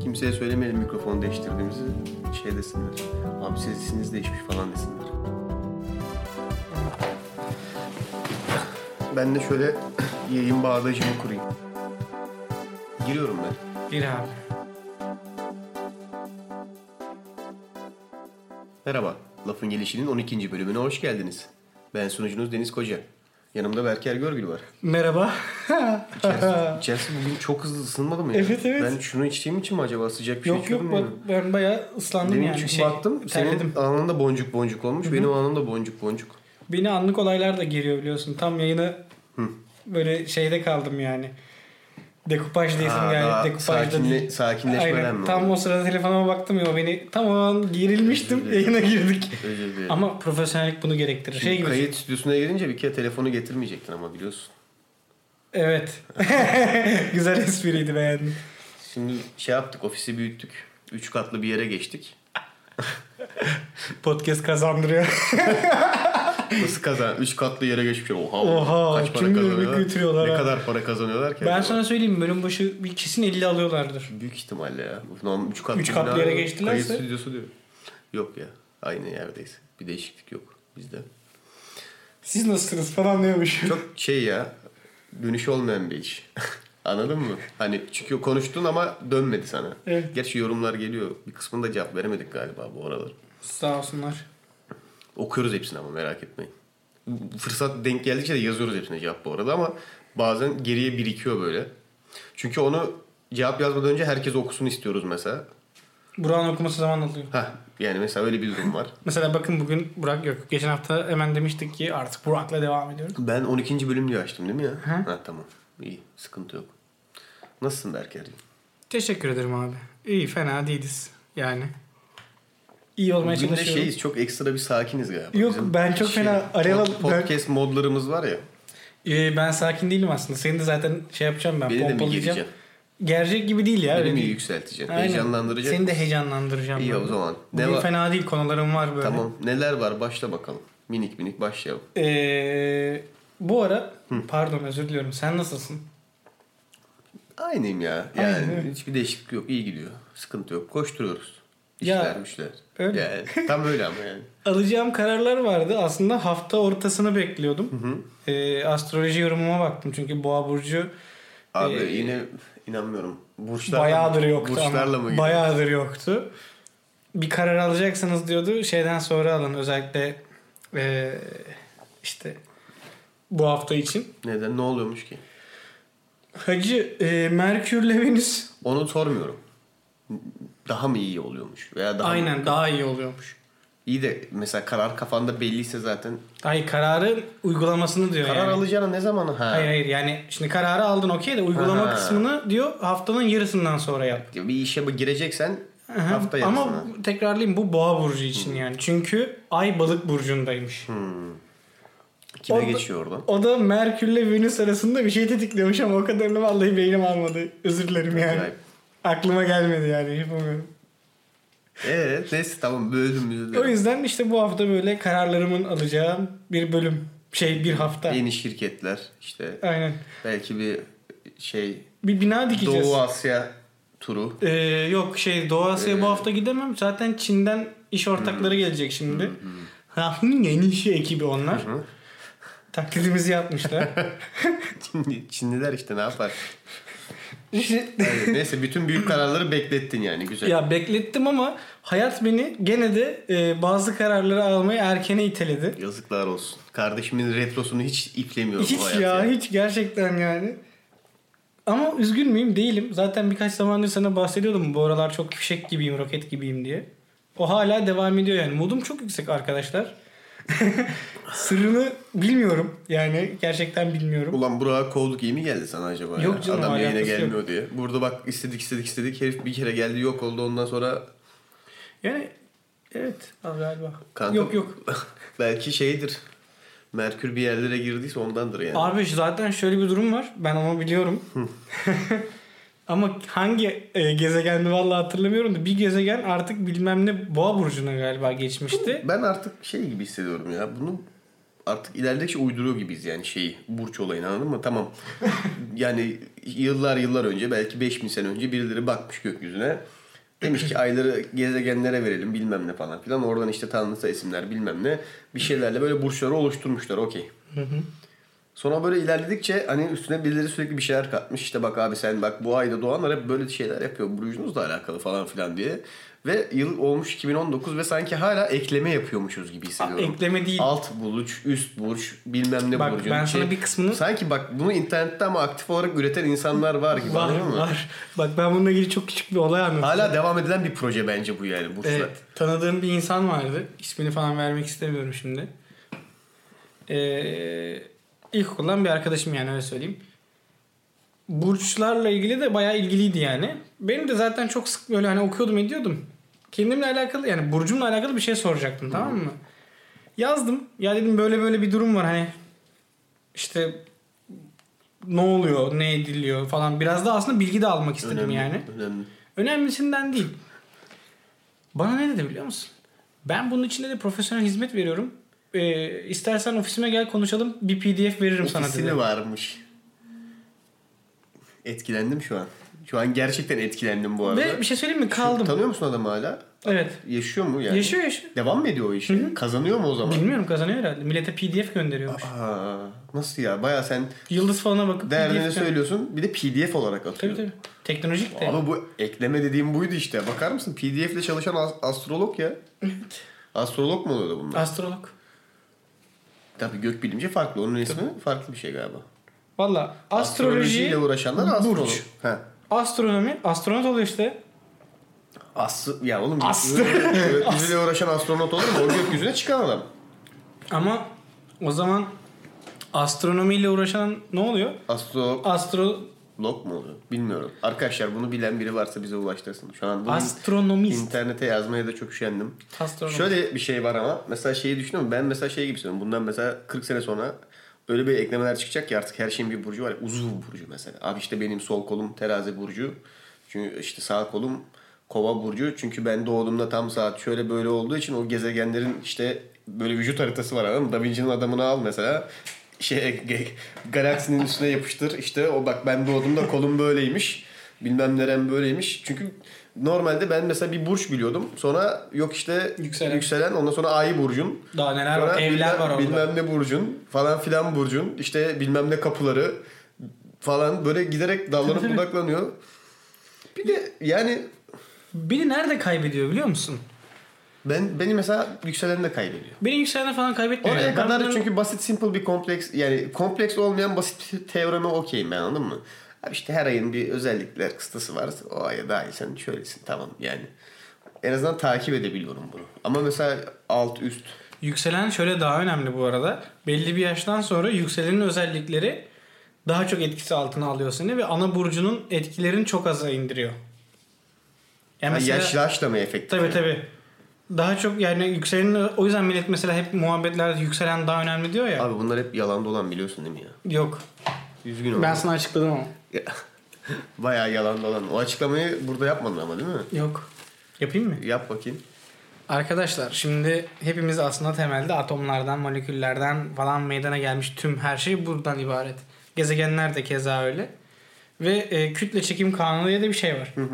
Kimseye söylemeyelim mikrofonu değiştirdiğimizi, şey desinler. Abi sesiniz değişmiş falan desinler. Ben de şöyle yayın bağlacımı kurayım. Giriyorum ben. Gir abi. Merhaba, Lafın Gelişi'nin 12. bölümüne hoş geldiniz. Ben sunucunuz Deniz Koca. Yanımda Berker Görgül var. Merhaba. İçerisi bugün çok hızlı ısınmadı mı? Evet. Ben şunu içtiğim için mi acaba sıcak bir şey içiyordum? Yok ben bayağı ıslandım Demin yani. çünkü baktım terledim. senin alnında boncuk boncuk olmuş. Hı-hı. Benim alnımda boncuk boncuk. Beni anlık olaylar da geriyor biliyorsun. Tam yayını böyle şeyde kaldım yani. Dekupaj diyesim geldi. Dekupajda değil. Sakinleşmeden mi? Tam o sırada telefonuma baktım ya, beni tam o an gerilmiştim. Yayına girdik. Ama profesyonellik bunu gerektirir. Şimdi gibi. kayıt stüdyosuna girince bir kere telefonu getirmeyecektin ama biliyorsun. Evet. Güzel espriydi, beğendim. Şimdi şey yaptık, ofisi büyüttük. 3 katlı bir yere geçtik. Podcast kazandırıyor. Nasıl kazan? 3 katlı yere geçmiş. Oha. Kaç para kazanıyorlar? Ne ha. kadar para kazanıyorlar ki? Ben sana söyleyeyim, bölüm başı bir kesin 50 alıyorlardır. Büyük ihtimalle ya. 3 katlı yere geçtilerse. Kayıt stüdyosu diyor. Yok ya. Aynı yerdeyiz. Bir değişiklik yok bizde. Siz nasılsınız falan diyormuş. Çok şey ya. Dönüşü olmayan bir iş. Anladın mı? Hani çünkü konuştun ama dönmedi sana. Evet. Gerçi yorumlar geliyor. Bir kısmında cevap veremedik galiba bu aralar. Sağ olsunlar. Okuyoruz hepsini ama merak etmeyin. Fırsat denk geldikçe de yazıyoruz hepsine cevap bu arada ama bazen geriye birikiyor böyle. Çünkü onu cevap yazmadan önce herkes okusun istiyoruz mesela. Burak'ın okuması zaman alıyor. Yani mesela öyle bir durum var. Mesela bakın bugün Burak yok. Geçen hafta hemen demiştik ki artık Burak'la devam ediyoruz. Ben 12. bölüm diye açtım değil mi ya? Hı. Tamam. İyi. Sıkıntı yok. Nasılsın Berker'cim? Teşekkür ederim abi. İyi, fena değiliz yani. İyi olmaya Bugün de çalışıyorum. çok ekstra bir sakiniz galiba. Yok, bizim ben çok fena podcast modlarımız var ya. Ben sakin değilim aslında. Seni de zaten şey yapacağım ben. Beni de mi pompalayacağım. gereceksin? Gelecek gibi değil ya. Beni mi değil. yükselteceksin? Aynen. Heyecanlandıracaksın. Seni de heyecanlandıracağım. İyi o zaman. Bugün fena değil, konularım var böyle. Tamam. Neler var? Başla bakalım. Minik minik başlayalım. Bu ara pardon, özür diliyorum. Sen nasılsın? Aynıyım ya. Yani Aynen. hiçbir değişiklik yok. İyi gidiyor. Sıkıntı yok. Koşturuyoruz. Ya, İşler güçler. öyle. Yani, tam öyle ama yani. Alacağım kararlar vardı. Aslında hafta ortasını bekliyordum. Astroloji yorumuma baktım. Çünkü Boğa burcu Abi yine inanmıyorum. bayağıdır yoktu burçlarla ama. mı Bayağıdır yoktu. Bir karar alacaksınız diyordu. Şeyden sonra alın. Özellikle işte bu hafta için. Neden? Ne oluyormuş ki? Hacı Merkürle Venüs. Onu sormuyorum. Daha mı iyi oluyormuş? Veya daha Aynen mı? daha iyi oluyormuş. İyi de mesela karar kafanda belliyse zaten. Hayır, kararın uygulamasını diyor Karar yani. alacağına ne zaman? Hayır yani şimdi kararı aldın okey de uygulama kısmını diyor haftanın yarısından sonra yap. Bir işe gireceksen hafta yarısına. Ama tekrarlayayım, bu Boğa burcu için yani. Çünkü Ay Balık burcundaymış. Kime geçiyor oradan? O da Merkürle Venüs arasında bir şey tetikliyormuş ama o kadarını vallahi beynim almadı. Özür dilerim yani. Acayip. Aklıma gelmedi yani, yapamıyorum. Evet neyse tamam böldüm. O yüzden işte bu hafta böyle kararlarımın alacağım bir bölüm. Bir hafta. Yeni şirketler işte. Aynen. Belki bir Bir bina dikeceğiz. Doğu Asya turu. Yok Doğu Asya'ya bu hafta gidemem. Zaten Çin'den iş ortakları gelecek şimdi. Yeni işi ekibi onlar. Taklidimizi yapmışlar. Çinliler işte ne yapar? Neyse bütün büyük kararları beklettin yani güzel. Ya beklettim ama hayat beni gene de bazı kararları almaya erkene iteledi. Yazıklar olsun. Kardeşimin retrosunu hiç iplemiyorum hiç bu hayat ya. Hiç gerçekten yani. Ama üzgün müyüm? Değilim. Zaten birkaç zamandır sana bahsediyordum. Bu aralar çok fişek gibiyim, roket gibiyim diye. O hala devam ediyor yani. Modum çok yüksek arkadaşlar. Sırrını bilmiyorum. Yani gerçekten bilmiyorum. Ulan Burak'a kovduk iyi mi geldi sana acaba? Yok ya? canım, Adam yayına alakası gelmiyor yok. diye. Burada bak istedik. Herif bir kere geldi yok oldu ondan sonra. Yani evet galiba. Kanka, Yok. Belki şeydir. Merkür bir yerlere girdiyse ondandır yani. Abi zaten şöyle bir durum var. Ben onu biliyorum. Ama hangi gezegende vallahi hatırlamıyorum da bir gezegen artık bilmem ne Boğa burcuna galiba geçmişti. Ben artık gibi hissediyorum ya. Bunu artık ilerledikçe uyduruyor gibiyiz yani şeyi. Burç olayını, anladın mı? Tamam. Yani yıllar önce, belki 5000 sene önce birileri bakmış gökyüzüne. Demiş ki ayları gezegenlere verelim bilmem ne falan filan. Oradan işte tanrısal isimler bilmem ne. Bir şeylerle böyle burçları oluşturmuşlar, okey. Sonra böyle ilerledikçe hani üstüne birileri sürekli bir şeyler katmış. İşte bak abi sen bak bu ayda doğanlar hep böyle şeyler yapıyor. Burcunuzla alakalı falan filan diye. Ve yıl olmuş 2019 ve sanki hala ekleme yapıyormuşuz gibi hissediyorum. Ekleme değil. Alt burç, üst burç, bilmem ne bak, burcu. Ben sana bir kısmını... Sanki bak bunu internette ama aktif olarak üreten insanlar var gibi. Var. Bak ben bununla ilgili çok küçük bir olay anlatacağım. Hala devam edilen bir proje bence bu yani. Burçlar. Evet. Tanıdığım bir insan vardı. İsmini falan vermek istemiyorum şimdi. İlkokuldan bir arkadaşım yani, öyle söyleyeyim. Burçlarla ilgili de bayağı ilgiliydi yani. Benim de zaten çok sık böyle hani okuyordum ediyordum. Kendimle alakalı yani burcumla alakalı bir şey soracaktım, tamam mı? Yazdım. Ya dedim böyle bir durum var hani işte ne oluyor, ne ediliyor falan. Biraz da aslında bilgi de almak istedim Önemli, yani. Önemli. Önemlisinden değil. Bana ne dedi biliyor musun? Ben bunun içinde de profesyonel hizmet veriyorum. İstersen ofisime gel konuşalım, bir PDF veririm sana dedi. Ofisini varmış. Etkilendim şu an. Şu an gerçekten etkilendim bu arada. Ve bir şey söyleyeyim mi? Kaldım. Tanıyor musun adamı hala? Evet. Yaşıyor mu yani? Yaşıyor. Devam mı ediyor o işi? Hı-hı. Kazanıyor mu o zaman? Bilmiyorum, kazanıyor herhalde. Millete PDF gönderiyormuş. Nasıl ya? Baya sen yıldız falana bakıp değerlerini söylüyorsun. Bir de PDF olarak atıyor. Tabii. Teknolojik de. Ama bu ekleme dediğim buydu işte. Bakar mısın? PDF ile çalışan astrolog ya. Evet. Astrolog mu oluyordu bunlar? Astrolog. Tabii gökbilimci farklı. Onun ismi farklı bir şey galiba. Valla astrolojiyle uğraşanlar astrolog. Astronomi, astronot oluyor işte. Ya oğlum gökyüzüyle uğraşan astronot olur mu? O gökyüzüne çıkan adam. Ama o zaman astronomiyle uğraşan ne oluyor? Astrolog mu oluyor? Bilmiyorum. Arkadaşlar bunu bilen biri varsa bize ulaştırsın. Şu an astronomist. İnternete yazmaya da çok üşendim. Astronomist. Şöyle bir şey var ama mesela şeyi düşünüyorum. Ben mesela şey gibi söylüyorum. Bundan mesela 40 sene sonra öyle bir eklemeler çıkacak ki artık her şeyin bir burcu var ya. Uzuv burcu mesela. Abi işte benim sol kolum terazi burcu. Çünkü işte sağ kolum kova burcu. Çünkü ben doğduğumda tam saat şöyle böyle olduğu için o gezegenlerin işte böyle vücut haritası var, anladın mı? Da Vinci'nin adamını al mesela. Galaksinin üstüne yapıştır. İşte o bak ben doğduğumda kolum böyleymiş. Bilmem nerem böyleymiş. Çünkü normalde ben mesela bir burç biliyordum. Sonra yok işte yükselen ondan sonra ay burcun. Daha neler var? Evler var orada. Bilmem ne burcun falan filan burcun. İşte bilmem ne kapıları falan böyle giderek dallanıp budaklanıyor. Bir de yani biri nerede kaybediyor biliyor musun? Beni mesela yükselen de kaybediyor. Beni yükselene falan kaybetmiyor. Oraya kadar çünkü basit simple bir kompleks, yani kompleks olmayan basit bir teoreme okeyim ben, anladın mı? Abi işte her ayın bir özellikler kıstası var. O aya dahil sen şöylesin, tamam yani. En azından takip edebiliyorum bunu. Ama mesela alt üst. Yükselen şöyle daha önemli bu arada. Belli bir yaştan sonra yükselenin özellikleri daha çok etkisi altına alıyor seni ve ana burcunun etkilerini çok aza indiriyor. Yani mesela, yaşla mı efektif? Tabii. Daha çok yani yükselenin, o yüzden millet mesela hep muhabbetlerde yükselen daha önemli diyor ya. Abi bunlar hep yalan dolan, biliyorsun değil mi ya? Yok. Üzgünüm. Ben sana açıkladım ama. Bayağı yalan dolan. O açıklamayı burada yapmadın ama değil mi? Yok. Yapayım mı? Yap bakayım. Arkadaşlar şimdi hepimiz aslında temelde atomlardan, moleküllerden falan meydana gelmiş tüm her şey buradan ibaret. Gezegenler de keza öyle. Ve kütle çekim kanunu diye de bir şey var. Hı.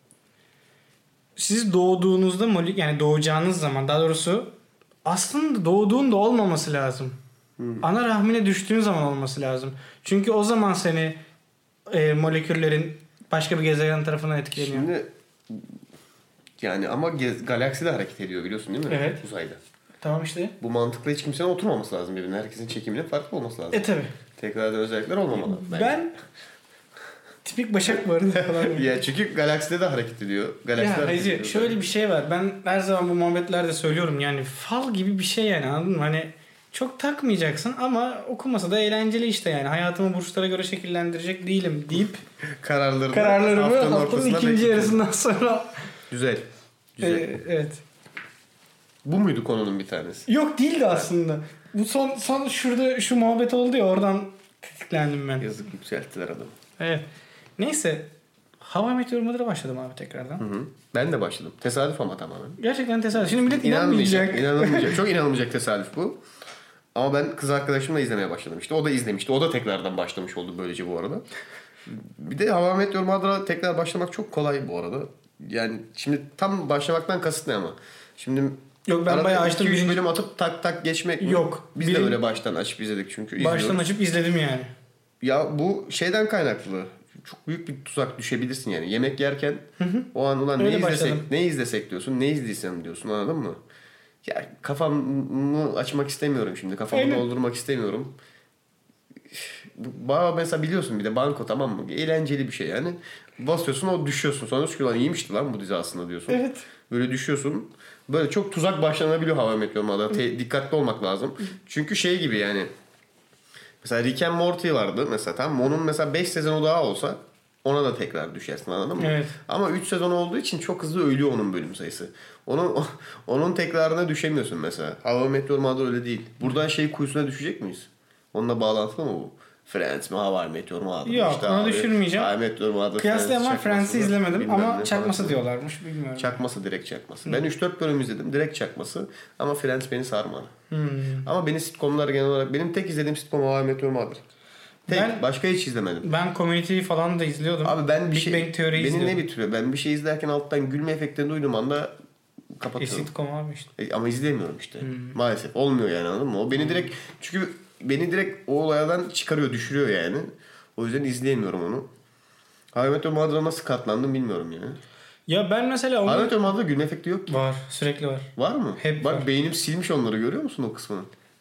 Siz doğduğunuzda yani doğacağınız zaman, daha doğrusu aslında doğduğunda olmaması lazım. Ana rahmine düştüğün zaman olması lazım. Çünkü o zaman seni moleküllerin başka bir gezegen tarafından etkileniyor. Şimdi yani ama galaksi de hareket ediyor, biliyorsun değil mi? Evet. Uzayda. Tamam işte. Bu mantıkla hiç kimsenin oturmaması lazım birbirine. Herkesin çekiminin farklı olması lazım. Tabii. Tekrardan özellikler olmamalı. Ben tipik Başak vardı falan. Ya çünkü galakside de hareket ediyor. Ya şöyle bir şey var. Ben her zaman bu muhabbetlerde söylüyorum. Yani fal gibi bir şey yani, anladın mı? Hani çok takmayacaksın ama okumasa da eğlenceli işte yani. Hayatımı burçlara göre şekillendirecek değilim deyip kararlarımı haftanın ikinci yarısından sonra. Güzel. Evet. Bu muydu konunun bir tanesi? Yok, değildi aslında. Bu son şurada şu muhabbet oldu ya, oradan tetiklendim ben. Yazık, yükselttiler adamı. Evet. Neyse. Hava meteorolojileri başladım abi tekrardan. Hı. Ben de başladım. Tesadüf ama tamamen. Gerçekten tesadüf. Şimdi millet inanmayacak. İnanılmayacak. Çok inanılmayacak tesadüf bu. Ama ben kız arkadaşımla izlemeye başladım işte. O da izlemişti. O da tekrardan başlamış oldu böylece bu arada. Bir de How I Met Your Mother'a tekrar başlamak çok kolay bu arada. Yani şimdi tam başlamaktan kasıt ne ama? Şimdi Yok, ben bayağı açtım. 2-3 bölüm atıp tak tak geçmek mi? Yok. Biz de böyle baştan açıp izledik çünkü. Baştan açıp izledim yani. Ya bu şeyden kaynaklı. Çok büyük bir tuzak düşebilirsin yani. Yemek yerken o an ulan ne izlesek diyorsun. Ne izleysem diyorsun, anladın mı? Ya kafamı açmak istemiyorum şimdi. Kafamı doldurmak istemiyorum. Mesela biliyorsun bir de banko, tamam mı? Eğlenceli bir şey yani. Basıyorsun, o düşüyorsun. Sonra diyorsun ki lan iyiymişti lan bu dizi aslında diyorsun. Evet. Böyle düşüyorsun. Böyle çok tuzak başlanabiliyor How I Met Your Mother'da. Dikkatli olmak lazım. Çünkü şey gibi yani. Mesela Rick and Morty vardı mesela, tamam mı? Onun mesela 5 sezonu daha olsa ona da tekrar düşersin, anladın mı? Evet. Ama 3 sezon olduğu için çok hızlı ölüyor onun bölüm sayısı. Onun tekrarına düşemiyorsun mesela. How I Met Your Mother öyle değil. Buradan şey kuyusuna düşecek miyiz? Onunla bağlantılı mı bu? Friends mi? How I Met Your Mother? Yok, işte onu abi, düşürmeyeceğim. How I Met Your Mother, Kıyaslayamam, Friends'i izlemedim bilmem ama ne çakması falan. diyorlarmış, bilmiyorum. Çakması, direkt çakması. Ben 3-4 bölüm izledim, direkt çakması. Ama Friends beni sarmadı. Ama beni sitcomlar genel olarak, benim tek izlediğim sitcom How I Met Your Mother. Başka hiç izlemedim. Ben Community'yi falan da izliyordum. Abi ben bir Big Bang Theory beni izliyordum. ne bitiriyor? Ben bir şey izlerken alttan gülme efektini duyduğum anda kapatıyorum. Sitcom abi işte. Ama izleyemiyorum işte. Maalesef olmuyor yani, anladın mı? O beni direkt, çünkü beni direkt o olaydan çıkarıyor, düşürüyor yani. O yüzden izleyemiyorum onu. How I Met Your Mother'a nasıl katlandım bilmiyorum yani. Ya ben mesela How I Met Your Mother'da gülme efekti yok ki. Var, sürekli var. Var mı? Hep Bak var. beynim silmiş onları, görüyor musun o kısmını?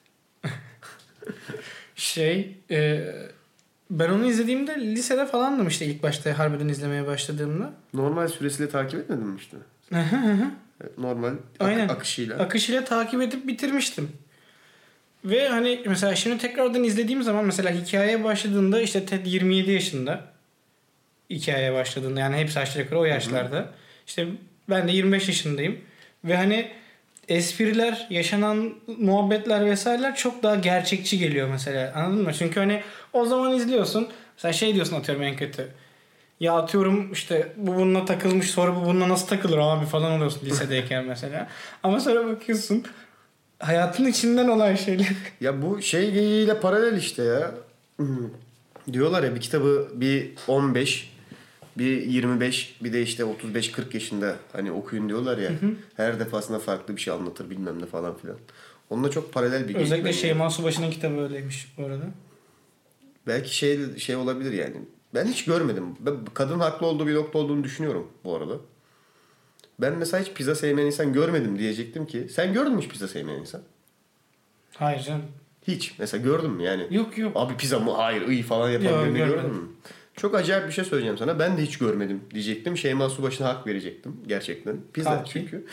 Ben onu izlediğimde lisede falandım işte, ilk başta harbiden izlemeye başladığımda. Normal süresiyle takip etmedin mi işte? Normal Aynen. akışıyla. Akışıyla takip edip bitirmiştim. Ve hani mesela şimdi tekrardan izlediğim zaman mesela hikayeye başladığında işte Ted 27 yaşında. Hikayeye başladığında yani hepsi aşağı yukarı o yaşlarda. İşte ben de 25 yaşındayım. Ve hani espriler, yaşanan muhabbetler vesaireler çok daha gerçekçi geliyor mesela. Anladın mı? Çünkü hani o zaman izliyorsun. Mesela şey diyorsun, atıyorum en kötü. Ya atıyorum işte bu bununla takılmış, sonra bu bununla nasıl takılır abi falan oluyorsun lisedeyken mesela. Ama sonra bakıyorsun hayatın içinden olan şeyler. Ya bu şeyle paralel işte ya. Diyorlar ya bir kitabı bir 15, bir 25, bir de işte 35-40 yaşında hani okuyun diyorlar ya. Her defasında farklı bir şey anlatır bilmem ne falan filan. Onunla çok paralel bir Özellikle geçiyor. Şeyma Subaşı'nın kitabı öyleymiş bu arada. Belki şey olabilir yani. Ben hiç görmedim. Ben kadın haklı olduğu bir nokta olduğunu düşünüyorum bu arada. Ben mesela hiç pizza sevmeyen insan görmedim diyecektim ki. Sen gördün mü hiç pizza sevmeyen insan? Hayır canım. Hiç. Mesela gördün mü yani? Yok. Abi pizza mı? Hayır, iyi falan yapan Yok, birini görmedim. gördün mü? Çok acayip bir şey söyleyeceğim sana. Ben de hiç görmedim diyecektim. Şeyma Subaşı'na hak verecektim gerçekten. Pizza Kanki. çünkü.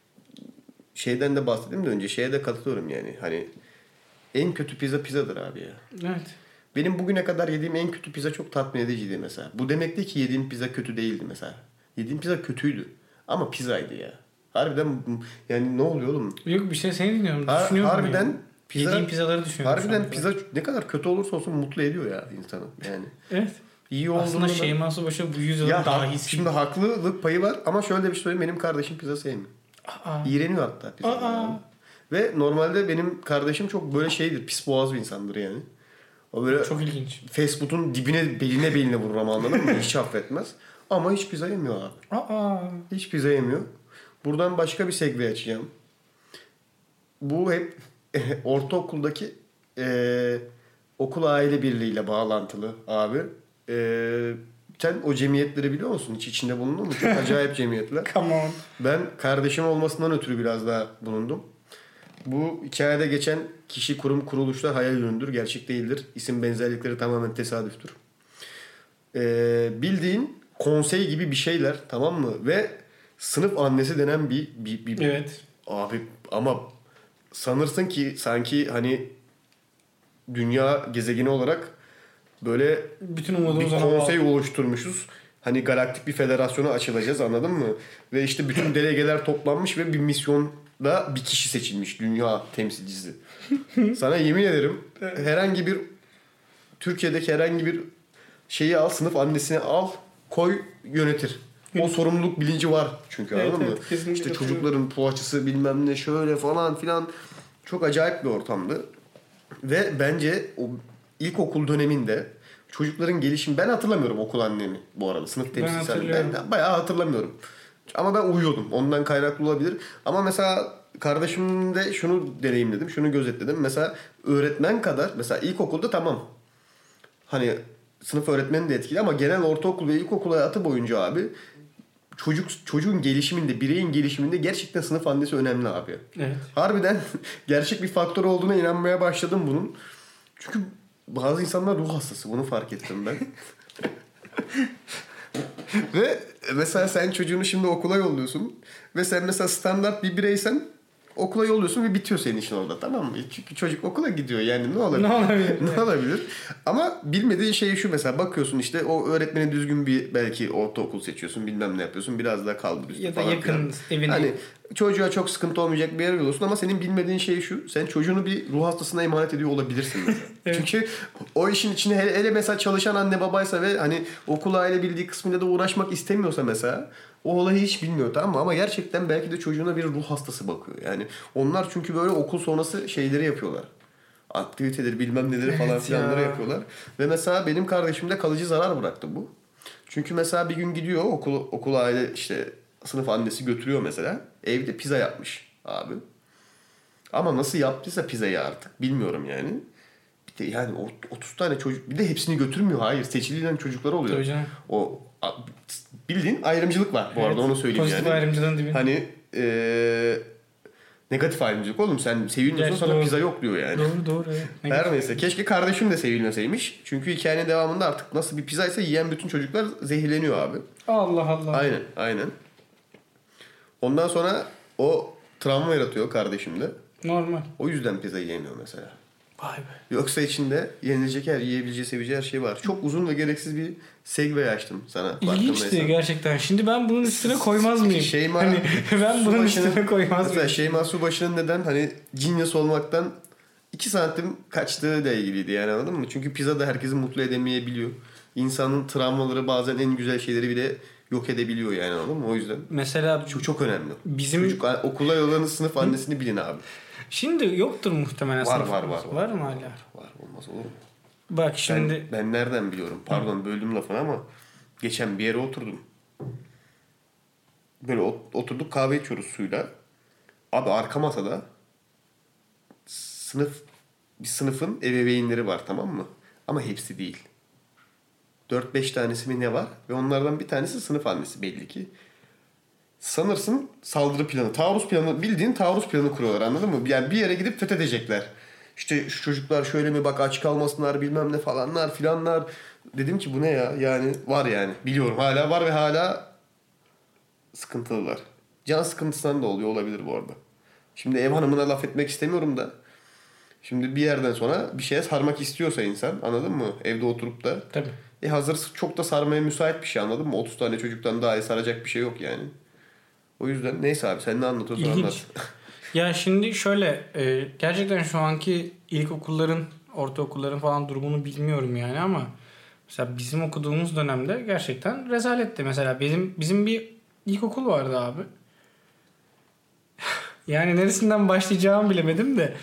Şeyden de bahsettim de önce şeye de katılıyorum yani. Hani en kötü pizzadır abi ya. Evet. Benim bugüne kadar yediğim en kötü pizza çok tatmin ediciydi mesela. Bu demek değil ki yediğim pizza kötü değildi mesela. Yediğim pizza kötüydü. Ama pizzaydı ya. Harbiden yani ne oluyor oğlum? Yok, bir şey seni dinliyorum. Düşünüyorum. Harbiden yani. pizza, Yediğim pizzaları düşünüyorum. harbiden pizza ne kadar kötü olursa olsun mutlu ediyor ya insanı yani. Evet. İyi Aslında olduğunu Şeyma Subaşı bu yüzyılın ya dahisi. şimdi haklılık payı var ama şöyle de bir şey söyleyeyim. Benim kardeşim pizza sevmiyor. İğreniyor hatta pizza. Ve normalde benim kardeşim çok böyle şeydir. Pis boğaz bir insandır yani. O böyle Çok ilginç. fast food'un dibine beline vurur ama, anladın mı? Hiç affetmez. Ama hiç pizza yemiyor abi. Hiç pizza yemiyor. Buradan başka bir segway açacağım. Bu hep ortaokuldaki okul aile birliğiyle bağlantılı abi. Sen o cemiyetleri biliyor musun? Hiç içinde bulundun mu? Çok acayip cemiyetler. Come on. Ben kardeşim olmasından ötürü biraz daha bulundum. Bu hikayede geçen kişi, kurum, kuruluşlar hayal ürünüdür, gerçek değildir. İsim benzerlikleri tamamen tesadüftür. Bildiğin konsey gibi bir şeyler, tamam mı? Ve sınıf annesi denen bir Evet. abi ama sanırsın ki sanki hani dünya gezegeni olarak böyle Bütün bir umudumuz ona konsey bağlı. oluşturmuşuz. Hani galaktik bir federasyona açılacağız, anladın mı? Ve işte bütün delegeler toplanmış ve bir misyonda bir kişi seçilmiş, dünya temsilcisi. Sana yemin ederim herhangi bir Türkiye'deki herhangi bir şeyi al, sınıf annesini al, koy, yönetir. O sorumluluk bilinci var çünkü, Evet, anladın mı? kesinlikle İşte çocukların poğaçası bilmem ne şöyle falan filan, çok acayip bir ortamdı. Ve bence o ilkokul döneminde çocukların gelişimi... Ben hatırlamıyorum okul annemi bu arada. Sınıf temsilcisi. Ben bayağı hatırlamıyorum. Ama ben uyuyordum. Ondan kaynaklı olabilir. Ama mesela kardeşimde şunu deneyimledim. Şunu gözetledim. Mesela öğretmen kadar... Mesela ilkokulda tamam. Hani sınıf öğretmeni de etkili ama genel ortaokul ve ilkokul hayatı boyunca abi çocuğun gelişiminde, bireyin gelişiminde gerçekten sınıf annesi önemli abi. Evet. Harbiden gerçek bir faktör olduğuna inanmaya başladım bunun. Çünkü bazı insanlar ruh hastası. Bunu fark ettim ben. Ve mesela sen çocuğunu şimdi okula yolluyorsun. Ve sen mesela standart bir bireysen okula yolluyorsun ve bitiyor senin işin orada, tamam mı? Çünkü çocuk okula gidiyor yani ne olabilir? Ne olabilir? Ne olabilir? Ama bilmediğin şey şu, mesela bakıyorsun işte o öğretmeni düzgün bir belki ortaokul seçiyorsun, bilmem ne yapıyorsun, biraz daha kaldırıyorsun Ya da falan yakın filan. evine. Hani çocuğa çok sıkıntı olmayacak bir yer yolluyorsun ama senin bilmediğin şey şu, sen çocuğunu bir ruh hastasına emanet ediyor olabilirsin mesela. Evet. Çünkü o işin içine hele mesela çalışan anne babaysa ve hani okul aile bildiği kısmıyla da uğraşmak istemiyorsa mesela o olayı hiç bilmiyor, tamam mı? Ama gerçekten belki de çocuğuna bir ruh hastası bakıyor. Yani onlar çünkü böyle okul sonrası şeyleri yapıyorlar. Aktiviteleri bilmem neleri falan filanları yapıyorlar. Ve mesela benim kardeşimde kalıcı zarar bıraktı bu. Çünkü mesela bir gün gidiyor okul aile işte sınıf annesi götürüyor mesela. Evde pizza yapmış abi. Ama nasıl yaptıysa pizzayı artık bilmiyorum yani. Bir de yani 30 tane çocuk, bir de hepsini götürmüyor. Hayır, seçilen çocuklar oluyor. Tabii canım. O bildiğin ayrımcılık var bu arada, onu söyleyeyim. Pozitif yani. ayrımcılığın dibinde. Hani negatif ayrımcılık oğlum, sen sevilmiyorsun Gerçi sana doğru. pizza yok diyor yani. Doğru evet. Her neyse, keşke kardeşim de sevilmeseymiş. Çünkü hikayenin devamında artık nasıl bir pizzaysa yiyen bütün çocuklar zehirleniyor abi. Allah Allah. Aynen. Ondan sonra o travma yaratıyor kardeşimde. Normal. O yüzden pizza yiyemiyor mesela. Vay be. Yoksa içinde yenilecek yiyebileceği, seveceği her şey var. Çok uzun ve gereksiz bir segue açtım sana. İlginçti gerçekten. Şimdi ben bunun üstüne koymaz mıyım? Hani ben bunun üstüne koymaz mıyım? Şeyma Subaşı'nın neden hani genius olmaktan 2 santim kaçtığı da ilgiliydi yani, anladın mı? Çünkü pizza da herkesi mutlu edemeyebiliyor. İnsanın travmaları bazen en güzel şeyleri bile yok edebiliyor yani, anladın mı? O yüzden mesela çok önemli. Bizim çocuk okula yollanan sınıf annesini bilin abi. Şimdi yoktur muhtemelen. Var. Var mı hala? Var, olmaz olur mu? Bak şimdi Ben nereden biliyorum? Pardon böldüm lafını ama geçen bir yere oturdum. Böyle oturduk, kahve içiyoruz suyla. Abi arka masada bir sınıfın ebeveynleri var, tamam mı? Ama hepsi değil. 4-5 tanesi mi ne var? Ve onlardan bir tanesi sınıf annesi belli ki. Sanırsın saldırı planı, taarruz planı, bildiğin taarruz planı kuruyorlar, anladın mı? Yani bir yere gidip fethedecekler. İşte şu çocuklar şöyle mi, bak aç kalmasınlar bilmem ne falanlar filanlar. Dedim ki bu ne ya? Yani var yani. Biliyorum hala var ve hala sıkıntılılar. Can sıkıntısından da oluyor olabilir bu arada. Şimdi ev hanımına laf etmek istemiyorum da. Şimdi bir yerden sonra bir şeye sarmak istiyorsa insan, anladın mı? Evde oturup da. tabii. Hazır çok da sarmaya müsait bir şey, anladın mı? 30 tane çocuktan daha iyi saracak bir şey yok yani. O yüzden neyse abi, sen ne anlatıyorsun anlat. Ya şimdi şöyle gerçekten şu anki ilkokulların, ortaokulların falan durumunu bilmiyorum yani ama mesela bizim okuduğumuz dönemde gerçekten rezaletti. Mesela bizim bir ilkokul vardı abi. Yani neresinden başlayacağımı bilemedim de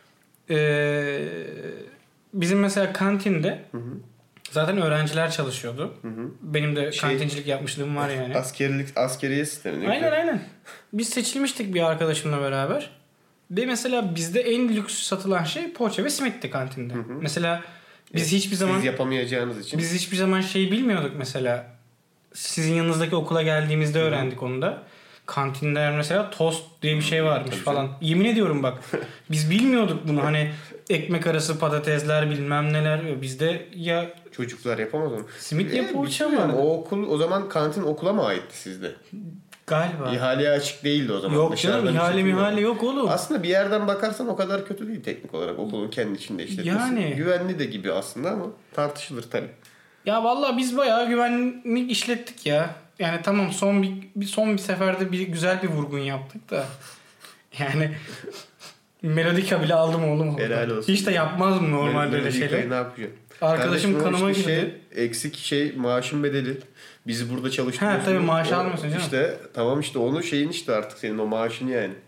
bizim mesela kantinde zaten öğrenciler çalışıyordu. Benim de kantincilik yapmışlığım var yani. Askeriye sistemi. Aynen. Biz seçilmiştik bir arkadaşımla beraber. Ve mesela bizde en lüks satılan şey poğaça ve simitti kantinde. Mesela biz hiçbir zaman... Siz yapamayacağınız için. Biz hiçbir zaman şeyi bilmiyorduk mesela. Sizin yanınızdaki okula geldiğimizde öğrendik onu da. Kantinde mesela tost diye bir şey varmış falan. Yemin ediyorum bak. Biz bilmiyorduk bunu. Hani ekmek arası patatesler bilmem neler. Bizde ya... Çocuklar yapamaz onu. Simit ya poğaça vardı. O zaman kantin okula mı aitti sizde? Galiba. İhaleye açık değildi o zaman. Yok canım, ihale yok oğlum. Aslında bir yerden bakarsan o kadar kötü değil teknik olarak, okulun kendi içinde işletmesi. Yani. Güvenli de gibi aslında ama tartışılır tabii. Ya vallahi biz bayağı güvenlik işlettik ya. Yani tamam son bir seferde güzel bir vurgun yaptık da. Yani Melodika bile aldım oğlum. Helal olsun. Hiç de yapmaz mı normalde öyle şeyler? Ne yapacak? Arkadaşım kanıma girdi. Eksik maaşın bedeli. Bizi burada çalıştırıyorsun. Tabii maaş almıyorsun canım. İşte tamam, işte onu işte artık senin o maaşın yani.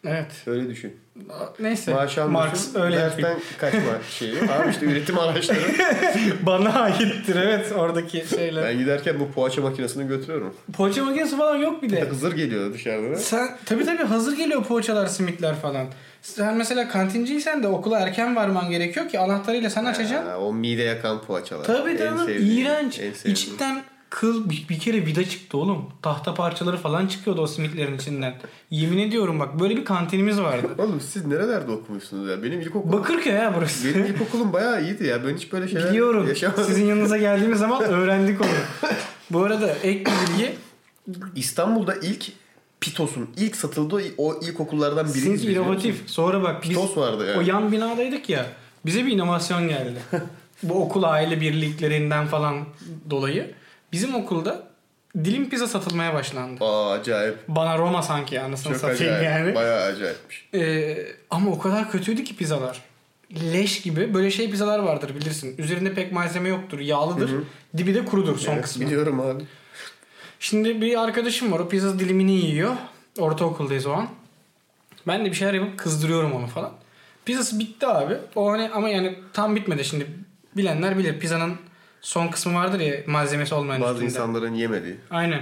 Evet. Öyle düşün. Neyse. Maaş Marx almıyorsun. öyle Dersten yapıyor. kaçma şeyi. Abi işte üretim araçları. Bana aittir evet oradaki şeyler. Ben giderken bu poğaça makinesini götürüyorum. Poğaça makinesi falan yok bir de. Hızır geliyor dışarıda. Sen tabii hazır geliyor poğaçalar, simitler falan. Sen mesela kantinciysen de okula erken varman gerekiyor ki anahtarıyla sen açacaksın. O mide yakan poğaçalar. Tabii canım iğrenç. En sevdiğim. İçinden kıl bir kere vida çıktı oğlum. Tahta parçaları falan çıkıyordu o simitlerin içinden. Yemin ediyorum bak böyle bir kantinimiz vardı. Oğlum siz nerelerde okumuşsunuz ya? Benim ilkokulum... Bakırköy ya burası. Benim ilkokulum bayağı iyiydi ya. Ben hiç böyle şeyler Biliyorum. yaşamadım. Sizin yanınıza geldiğimiz zaman öğrendik onu. Bu arada ek bir bilgi. İstanbul'da ilk Pitos'un ilk satıldığı o ilkokullardan biriydi. Sizinki inovatif. Sonra bak biz Pitos vardı yani. o yan binadaydık ya. Bize bir inovasyon geldi. Bu okul aile birliklerinden falan dolayı. Bizim okulda dilim pizza satılmaya başlandı. Acayip. Bana Roma sanki anasını Çok satayım acayip. yani. Bayağı acayipmiş. Ama o kadar kötüydü ki pizzalar. Leş gibi. Böyle pizzalar vardır bilirsin. Üzerinde pek malzeme yoktur. Yağlıdır. Hı-hı. Dibi de kurudur son kısmı. Biliyorum abi. Şimdi bir arkadaşım var. O pizza dilimini yiyor. Ortaokuldayız o an. Ben de bir şeyler yapıp kızdırıyorum onu falan. Pizzası bitti abi. O hani ama yani tam bitmedi şimdi. Bilenler bilir. Pizzanın son kısmı vardır ya malzemesi olmayan Bazı üstünde. insanların yemediği. Aynen.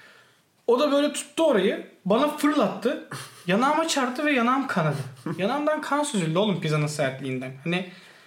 O da böyle tuttu orayı. Bana fırlattı. Yanağıma çarptı ve yanağım kanadı. Yanağımdan kan süzüldü oğlum pizzanın sertliğinden. Hani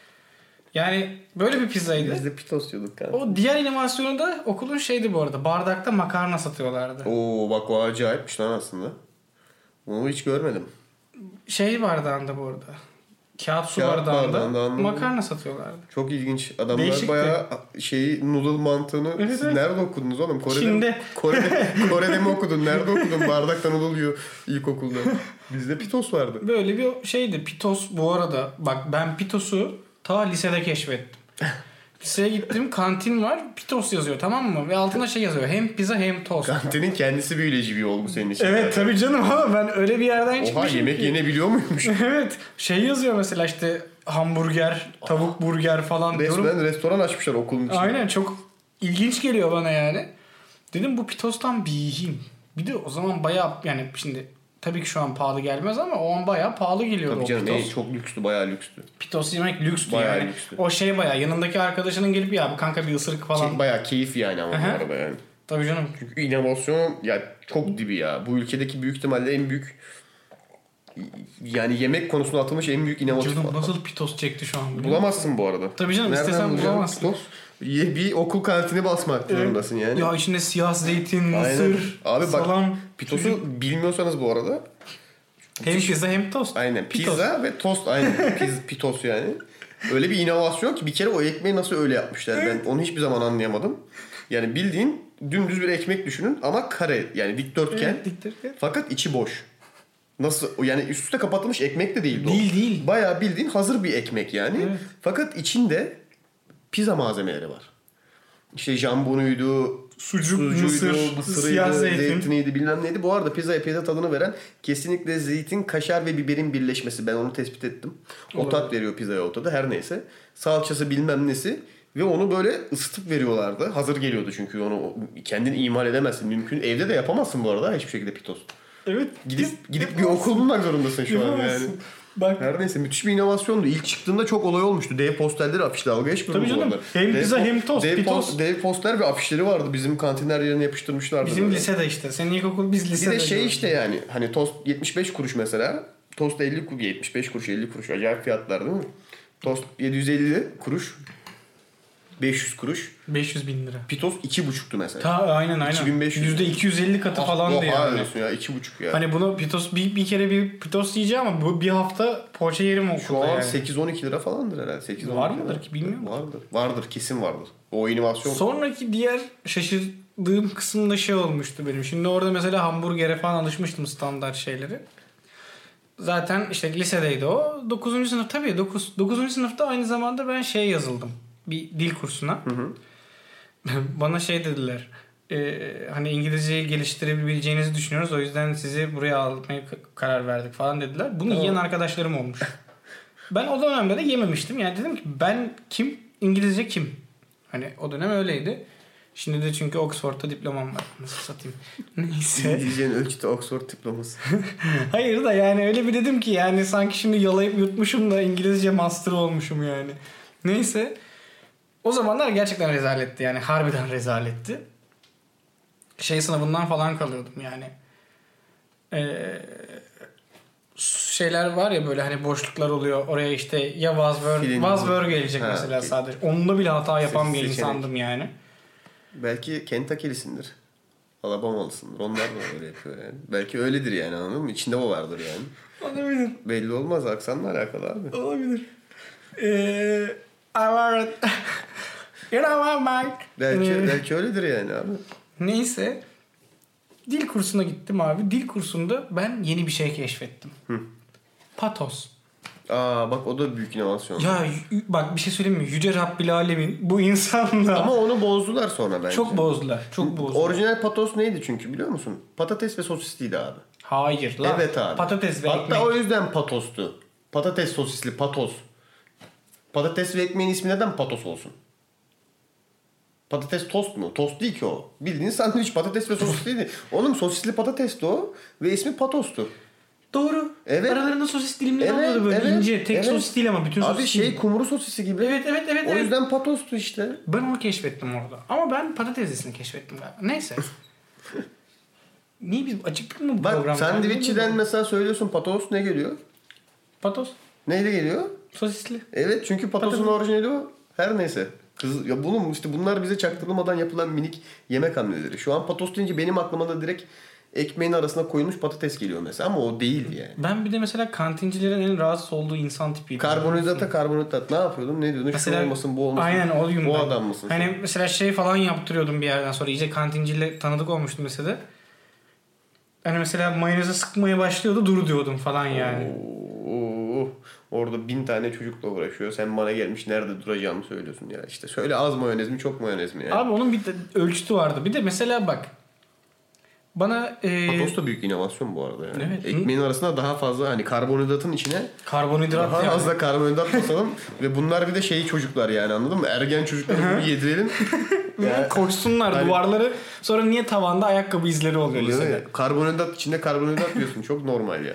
yani böyle bir pizzaydı. Biz de pitos yiyorduk kanka. O diğer animasyonu da okulun şeydi bu arada. Bardakta makarna satıyorlardı. Oo bak o acayipmiş lan aslında. Onu hiç görmedim. Bardağında bu arada. Kağıt bardağında bardağında makarna satıyorlardı. Çok ilginç. Adamlar Değişikti. bayağı noodle mantığını Evet. nerede okudunuz oğlum? Çin'de. Kore'de mi okudun? Nerede okudun? Bardaktan noodle yiyor ilkokulda. Bizde pitos vardı. Böyle bir Pitos bu arada. Bak ben Pitos'u ta lisede keşfettim. Liseye gittim, kantin var, Pitos yazıyor tamam mı? Ve altına yazıyor. Hem pizza hem tost. Kantinin kendisi büyüleyici bir olgu senin için. Evet tabii canım ama ben öyle bir yerden çıkmışım. Oha yemek yenebiliyor muymuş? Evet. Yazıyor mesela hamburger, tavuk burger falan. Resmen restoran açmışlar okulun içinde. Aynen çok ilginç geliyor bana yani. Dedim bu Pitos'tan bir yiyeyim. Bir de o zaman bayağı yani şimdi tabii ki şu an pahalı gelmez ama o an bayağı pahalı geliyordu tabii canım, o Pitos. çok lükstü, bayağı lükstü. Pitos yemek lükstü bayağı yani. Lükstü. O bayağı yanındaki arkadaşının gelip ya bu kanka bir ısırık falan. Bayağı keyif yani ama bu arada yani. Tabii canım. Çünkü inovasyon ya çok dibi ya. Bu ülkedeki büyük ihtimalle en büyük yani yemek konusunda atılmış en büyük inovatif. Canım nasıl Pitos çekti şu an? Bulamazsın bu arada. Tabii canım nereden istesen bulacaksın bulamazsın. Pitos? Bir okul kantini basmak zorundasın yani. Ya içinde siyah zeytin, mısır, abi bak, salam. Pitos'u bilmiyorsanız bu arada. Hem pizza hem tost. Aynen Pitos. pizza ve tost aynen. Pitos yani. Öyle bir inovasyon ki bir kere o ekmeği nasıl öyle yapmışlar. Ben onu hiçbir zaman anlayamadım. Yani bildiğin dümdüz bir ekmek düşünün ama kare yani dikdörtgen. Evet, dikdörtgen. Fakat içi boş. Nasıl yani üst üste kapatılmış ekmek de değildi Değil. o. Bayağı bildiğin hazır bir ekmek yani. Evet. Fakat içinde pizza malzemeleri var. İşte jambonuydu, sucuğuydu, mısır, mısırıydı, siyah zeytiniydi bilmem neydi. Bu arada pizza tadını veren kesinlikle zeytin, kaşar ve biberin birleşmesi. Ben onu tespit ettim. O tat veriyor pizzaya o tadı her neyse. Salçası bilmem nesi. Ve onu böyle ısıtıp veriyorlardı. Hazır geliyordu çünkü onu kendin imal edemezsin. Mümkün. Evde de yapamazsın bu arada hiçbir şekilde pitos. Evet. Gidip bir okul bulmak zorundasın şu an yani. Bak. Her neyse müthiş bir inovasyondu. İlk çıktığında çok olay olmuştu. Dev posterleri, afişler dalga geçmiyor. Tabii canım. Hem pizza hem tost. Dev poster ve afişleri vardı. Bizim kantinler yerine yapıştırmışlardı. Bizim böyle. lisede işte. Senin ilkokul biz lisede. Bir de işte yani hani tost 75 kuruş mesela. Tost 75 kuruş 50 kuruş. Acayip fiyatlar değil mi? Tost 750 kuruş. 500 kuruş. 500.000 lira. Pitos 2,5'tu mesela. Aynen. 2500. %250 katı falandı yani. Ya 2,5 ya. Hani bunu Pitos bir kere bir Pitos yiyeceğim ama bu bir hafta poğaça yerim okulda Şu an yani. 8-12 lira falandır herhalde. 8-12 Var mıdır lira. ki bilmiyorum. Vardır kesin vardır. O inovasyon. Sonraki diğer şaşırdığım kısımda olmuştu benim. Şimdi orada mesela hamburgere falan alışmıştım standart şeyleri. Zaten işte lisedeydi o. 9. sınıf tabii 9. sınıfta aynı zamanda ben yazıldım. Bir dil kursuna. Bana dediler. Hani İngilizceyi geliştirebileceğinizi düşünüyoruz. O yüzden sizi buraya almaya karar verdik falan dediler. Bunu yiyen arkadaşlarım olmuş. Ben o dönemde de yememiştim. Yani dedim ki ben kim? İngilizce kim? Hani o dönem öyleydi. Şimdi de çünkü Oxford'da diplomam var. Nasıl satayım? Neyse. İngilizcenin ölçütü Oxford diploması. Hayır da yani öyle bir dedim ki yani sanki şimdi yalayıp yutmuşum da İngilizce master olmuşum yani. Neyse. O zamanlar gerçekten rezaletti yani. Harbiden rezaletti. Şey sınavından falan kalıyordum yani. Şeyler var ya böyle hani boşluklar oluyor. Oraya işte ya Wasword gelecek mesela okay. Sadece. Onda bile hata yapan bir insandım yani. Belki Kentucky'lisindir. Alabamalısındır. Onlar da öyle yapıyor yani. Belki öyledir yani, anladın mı? İçinde o vardır yani. Olabilir. Belli olmaz. Aksanla alakalı abi. Olabilir. You know my belki öyledir yani abi. Neyse. Dil kursuna gittim abi. Dil kursunda ben yeni bir şey keşfettim. Patos. Bak o da büyük inovasyon. Ya bak bir şey söyleyeyim mi? Yüce Rabbil Alemin bu insanla... Ama onu bozdular sonra bence. Çok bozdular. Orijinal patos neydi çünkü biliyor musun? Patates ve sosisliydi abi. Hayır lan. Evet abi. Patates ve Hatta ekmek. o yüzden patostu. Patates sosisli patos. Patates ve ekmeğin ismi neden patos olsun? Patates tost mu? Tost değil ki o. Bildiğin sandviç patates ve sosisliydi. Oğlum sosisli patatesti o ve ismi patostu. Doğru. Evet. Aralarında sosis dilimleri oluyordu böyle ince. Tek sosis değil ama bütün sosis. Abi şey kumru sosisi gibi. Evet. O yüzden patostu işte. Ben onu keşfettim orada. Ama ben patateslisini keşfettim galiba. Neyse. Niye biz acıktık mı bu program? Bak sandviççiden mesela söylüyorsun patos ne geliyor? Patos. Neyle geliyor? Sosisli. Evet çünkü patosun orijinali o. Her neyse. Ya bunlar bize çaktırılmadan yapılan minik yemek hamleleri. Şu an patos deyince benim aklıma da direkt ekmeğin arasına koyulmuş patates geliyor mesela ama o değil yani. Ben bir de mesela kantincilerin en rahatsız olduğu insan tipiydim. Karbonhidrat ne yapıyordun? Ne diyordun? Mesela, şu olmasın, bu olmasın. Aynen oyum bu adam mısın? Hani mesela şey falan yaptırıyordum bir yerden sonra. İyice kantinciyle tanıdık olmuştum mesela. Hani mesela mayoneze sıkmaya başlıyordu dur diyordum falan yani. Orada 1000 tane çocukla uğraşıyor. Sen bana gelmiş nerede duracağımı söylüyorsun ya. İşte söyle az mayonez mi çok mayonez mi yani. Abi onun bir ölçütü vardı. Bir de mesela bak. Bana patos da büyük inovasyon bu arada yani. Evet. Ekmeğin arasına daha fazla hani karbonhidratın içine daha yani. fazla karbonhidrat basalım ve bunlar bir de şeyi çocuklar yani, anladın mı? Ergen çocukları gibi yedirelim. Yani koşsunlar hani, duvarları. Sonra niye tavanda ayakkabı izleri oluyor lisede? Karbonhidrat içinde karbonhidrat diyorsun. Çok normal ya.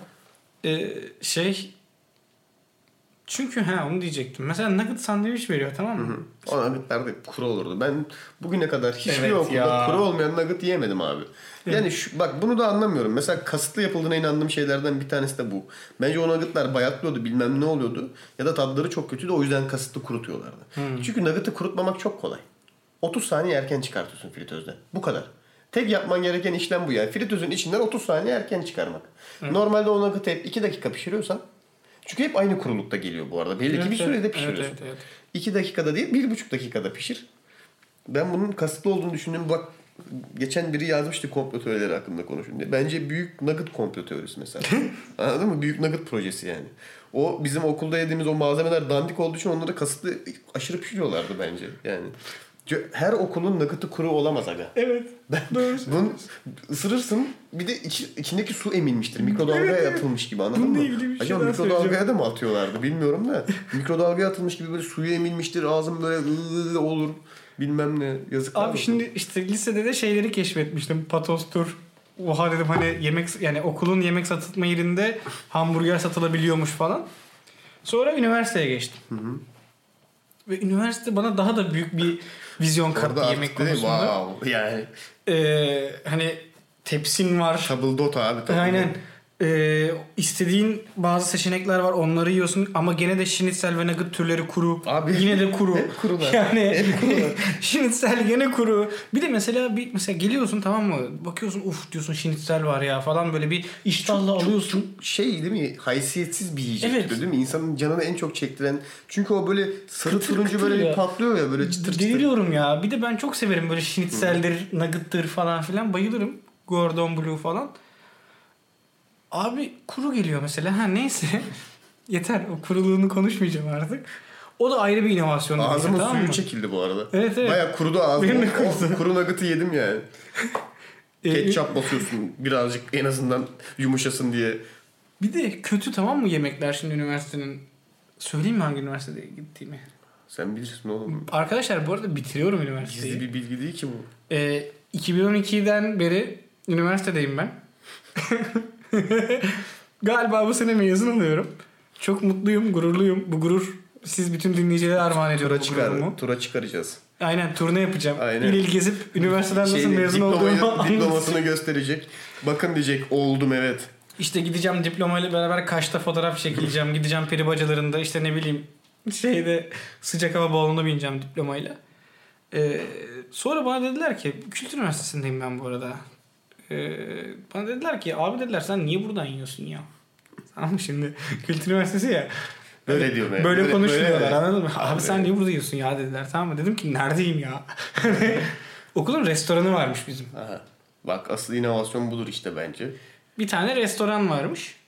Çünkü onu diyecektim. Mesela nugget sandviç veriyor, tamam mı? O nuggetler de kuru olurdu. Ben bugüne kadar hiçbir okulda kuru olmayan nugget yiyemedim abi. Yani bak bunu da anlamıyorum. Mesela kasıtlı yapıldığına inandığım şeylerden bir tanesi de bu. Bence o nuggetlar bayatlıyordu, bilmem ne oluyordu. Ya da tadları çok kötüydü, o yüzden kasıtlı kurutuyorlardı. Çünkü nugget'ı kurutmamak çok kolay. 30 saniye erken çıkartıyorsun fritözden. Bu kadar. Tek yapman gereken işlem bu yani. Fritözün içinden 30 saniye erken çıkarmak. Normalde o nugget'ı hep 2 dakika pişiriyorsan, çünkü hep aynı kurulukta geliyor bu arada. Belli ki bir sürede pişiriyorsun. Evet. 2 dakikada değil 1,5 dakikada pişir. Ben bunun kasıtlı olduğunu düşündüm. Bak geçen biri yazmıştı komplo teorileri hakkında konuşun diye. Bence büyük nugget komplo teorisi mesela. Anladın mı? Büyük nugget projesi yani. O bizim okulda yediğimiz o malzemeler dandik olduğu için onları kasıtlı aşırı pişiriyorlardı bence. Yani her okulun nugget'ı kuru olamaz aga. Evet. Doğru. Bunu ısırırsın, bir de içindeki su emilmiştir. Mikrodalgaya atılmış gibi, anladın mı? Acaba mikrodalgaya da mı atıyorlardı bilmiyorum da. Mikrodalgaya atılmış gibi böyle suyu emilmiştir. Ağzım böyle olur. Bilmem ne. Yazıklar abi olsun. Şimdi işte lisede de şeyleri keşfetmiştim. Patostur. Oha dedim hani yemek, yani okulun yemek satılma yerinde hamburger satılabiliyormuş falan. Sonra üniversiteye geçtim. Ve üniversite bana daha da büyük bir vizyon kattı yemek konusunda. Wow. Yani. Hani tepsin var. Tabldot abi. Aynen. İstediğin bazı seçenekler var, onları yiyorsun ama gene de şinitsel ve nugget türleri kuru. Abi, yine de kuru. Hep kurular. Yani hep kurular. şinitsel gene kuru. Bir de mesela geliyorsun, tamam mı? Bakıyorsun diyorsun şinitsel var ya falan, böyle bir iştahla alıyorsun. Çok şey değil mi? Haysiyetsiz bir yiyecek değil mi? İnsanın canını en çok çektiren. Çünkü o böyle sarı turuncu böyle bir patlıyor ya, böyle çıtır çıtır. Deliriyorum ya. Bir de ben çok severim böyle şinitseldir, nugget'tır falan filan. Bayılırım. Gordon Bleu falan. Abi kuru geliyor mesela. Neyse. Yeter. O kuruluğunu konuşmayacağım artık. O da ayrı bir inovasyon. Ağzımın suyu çekildi bu arada. Evet. Bayağı kurudu ağzım. Benim de kurudu. Kuru nugget'ı yedim yani. Ketçap basıyorsun birazcık en azından yumuşasın diye. Bir de kötü, tamam mı, yemekler şimdi üniversitenin. Söyleyeyim mi hangi üniversiteye gittiğimi? Sen bilirsin oğlum. Arkadaşlar bu arada bitiriyorum üniversiteyi. Gizli bir bilgi değil ki bu. 2012'den beri üniversitedeyim ben. Galiba bu sene mezun oluyorum. Çok mutluyum, gururluyum. Bu gurur siz bütün dinleyicilere armağan ediyorum. Tura çıkaracağız. Aynen, turne yapacağım. Aynen. İl gezip üniversiteden nasıl mezun olduğumu diplomasını gösterecek. Bakın diyecek, oldum evet. İşte gideceğim diplomayla beraber Kaş'ta fotoğraf çekileceğim. Gideceğim peri bacalarında işte ne bileyim sıcak hava balonuna bineceğim diplomayla. Sonra bana dediler ki, Kültür Üniversitesi'ndeyim ben bu arada. Bana dediler ki abi dediler sen niye buradan yiyorsun ya? Tamam mı, şimdi Kültür Üniversitesi ya. Böyle diyor ben. Böyle konuşmuyorlar, anladın mı? Abi sen niye burada yiyorsun ya dediler, tamam mı? Dedim ki neredeyim ya? Okulun restoranı varmış bizim. Aha. Bak asıl inovasyon budur işte bence. Bir tane restoran varmış.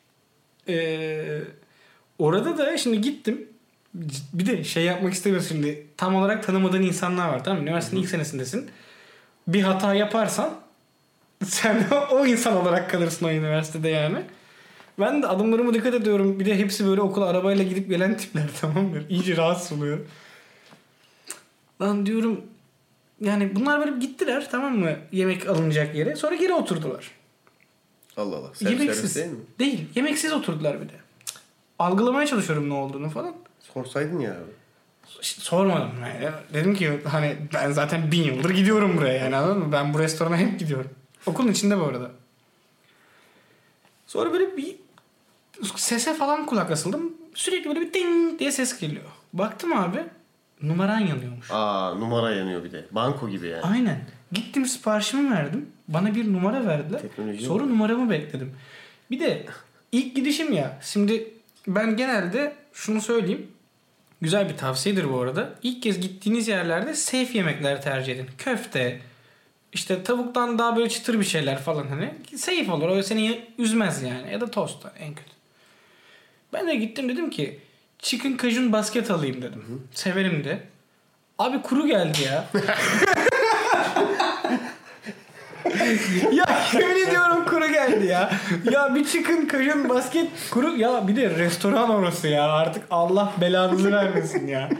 Orada da şimdi gittim. Bir de şey yapmak istemiyorsun şimdi. Tam olarak tanımadığın insanlar var, tamam mı? Üniversitenin ilk senesindesin. Bir hata yaparsan sen o insan olarak kalırsın o üniversitede yani. Ben de adımlarıma dikkat ediyorum. Bir de hepsi böyle okula arabayla gidip gelen tipler, tamam mı? İyice rahatsız oluyor. Lan diyorum yani bunlar böyle gittiler, tamam mı? Yemek alınacak yere. Sonra geri oturdular. Allah Allah. Yemeksiz. Değil mi? Değil. Yemeksiz oturdular bir de. Algılamaya çalışıyorum ne olduğunu falan. Sorsaydın ya. İşte sormadım. Yani dedim ki hani ben zaten 1000 yıldır gidiyorum buraya yani, anladın mı? Ben bu restorana hep gidiyorum. Okulun içinde bu arada. Sonra böyle bir sese falan kulak asıldım. Sürekli böyle bir ding diye ses geliyor. Baktım abi, numaran yanıyormuş. Numara yanıyor bir de. Banko gibi yani. Aynen. Gittim siparişimi verdim. Bana bir numara verdiler. Teknoloji Sonra mi? numaramı bekledim. Bir de ilk gidişim ya. Şimdi ben genelde şunu söyleyeyim. Güzel bir tavsiyedir bu arada. İlk kez gittiğiniz yerlerde safe yemekler tercih edin. Köfte, işte tavuktan daha böyle çıtır bir şeyler falan hani. Safe olur. O seni üzmez yani. Ya da tost en kötü. Ben de gittim, dedim ki chicken cajun basket alayım dedim. Severim de. Abi kuru geldi ya. Ya yemin ediyorum kuru geldi ya. Ya bir chicken cajun basket kuru. Ya bir de restoran orası ya. Artık Allah belanızı vermesin ya.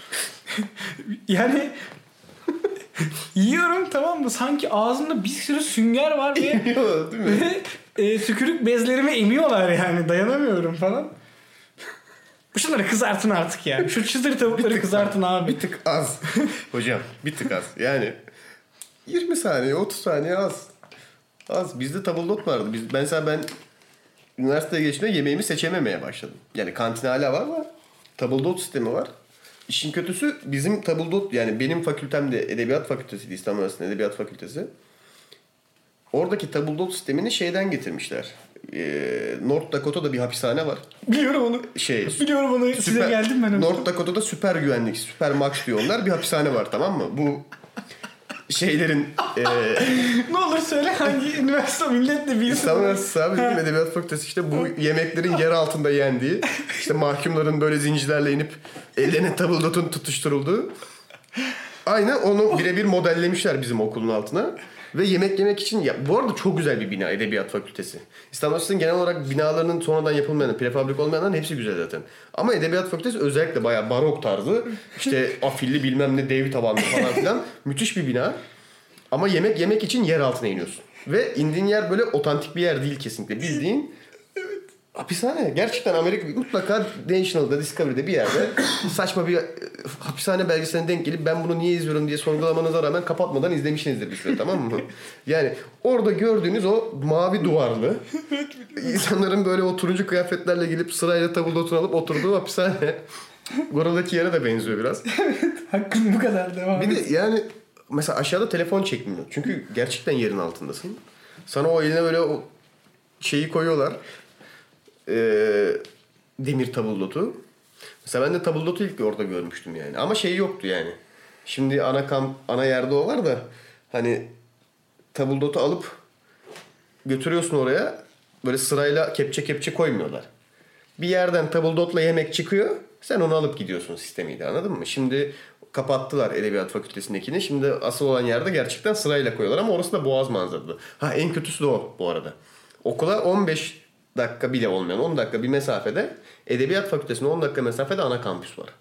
Yani yiyorum, tamam mı? Sanki ağzımda bir sürü sünger var ve Değil mi? tükürük bezlerimi emiyorlar yani. Dayanamıyorum falan. Şunları kızartın artık ya. Şu çıtır tavukları kızartın abi. Bir tık az. Hocam bir tık az. Yani 20 saniye 30 saniye az. Az. Bizde tabldot vardı. Ben üniversiteye geçtiğimde yemeğimi seçememeye başladım. Yani kantin hala var ama tabldot sistemi var. İşin kötüsü bizim tabldot, yani benim fakültemde Edebiyat Fakültesiydi, İstanbul Üniversitesi'nin Edebiyat Fakültesi. Oradaki tabldot sistemini şeyden getirmişler. North Dakota'da bir hapishane var. Biliyorum onu. Biliyorum onu. Size geldim ben. North Dakota'da süper güvenlik, süper max diyor onlar. Bir hapishane var, tamam mı? Bu şeylerin... Ne olur söyle hangi üniversite, millet de bilsin. İstanbul Üniversitesi abi, bizim Edebiyat Fakültesi işte bu yemeklerin yer altında yendiği, işte mahkumların böyle zincirlerle inip ellerine tabldotun tutuşturulduğu. Aynı onu birebir modellemişler bizim okulun altına. Ve yemek yemek için... Ya, bu arada çok güzel bir bina Edebiyat Fakültesi. İstanbul Üniversitesi'nin genel olarak binalarının sonradan yapılmayan, prefabrik olmayanların hepsi güzel zaten. Ama Edebiyat Fakültesi özellikle bayağı barok tarzı. İşte afilli bilmem ne dev tabanlı falan filan. Müthiş bir bina. Ama yemek yemek için yer altına iniyorsun. Ve indiğin yer böyle otantik bir yer değil kesinlikle. Bildiğin hapishane. Gerçekten Amerika mutlaka National'da, Discovery'de bir yerde saçma bir hapishane belgeseline denk gelip ben bunu niye izliyorum diye sorgulamanıza rağmen kapatmadan izlemişsinizdir bir süre, tamam mı? Yani orada gördüğünüz o mavi duvarlı insanların böyle o turuncu kıyafetlerle gelip sırayla tabldotunu alıp oturduğu hapishane. Buradaki yere de benziyor biraz. Hakkım bu kadar, devam Bir de yani mesela aşağıda telefon çekmiyor. Çünkü gerçekten yerin altındasın. Sana o eline böyle o şeyi koyuyorlar. Demir tabuldotu. Mesela ben de tabuldotu ilk orada görmüştüm yani. Ama şey yoktu yani. Şimdi ana yerde o var da hani tabuldotu alıp götürüyorsun oraya. Böyle sırayla kepçe koymuyorlar. Bir yerden tabuldotla yemek çıkıyor. Sen onu alıp gidiyorsun sistemiyle, anladın mı? Şimdi kapattılar Edebiyat Fakültesindekini. Şimdi asıl olan yerde gerçekten sırayla koyuyorlar ama orası da boğaz manzaralı. En kötüsü de o bu arada. Okula 15 dakika bile olmayan 10 dakika bir mesafede, Edebiyat Fakültesi'ne 10 dakika mesafede ana kampüs var.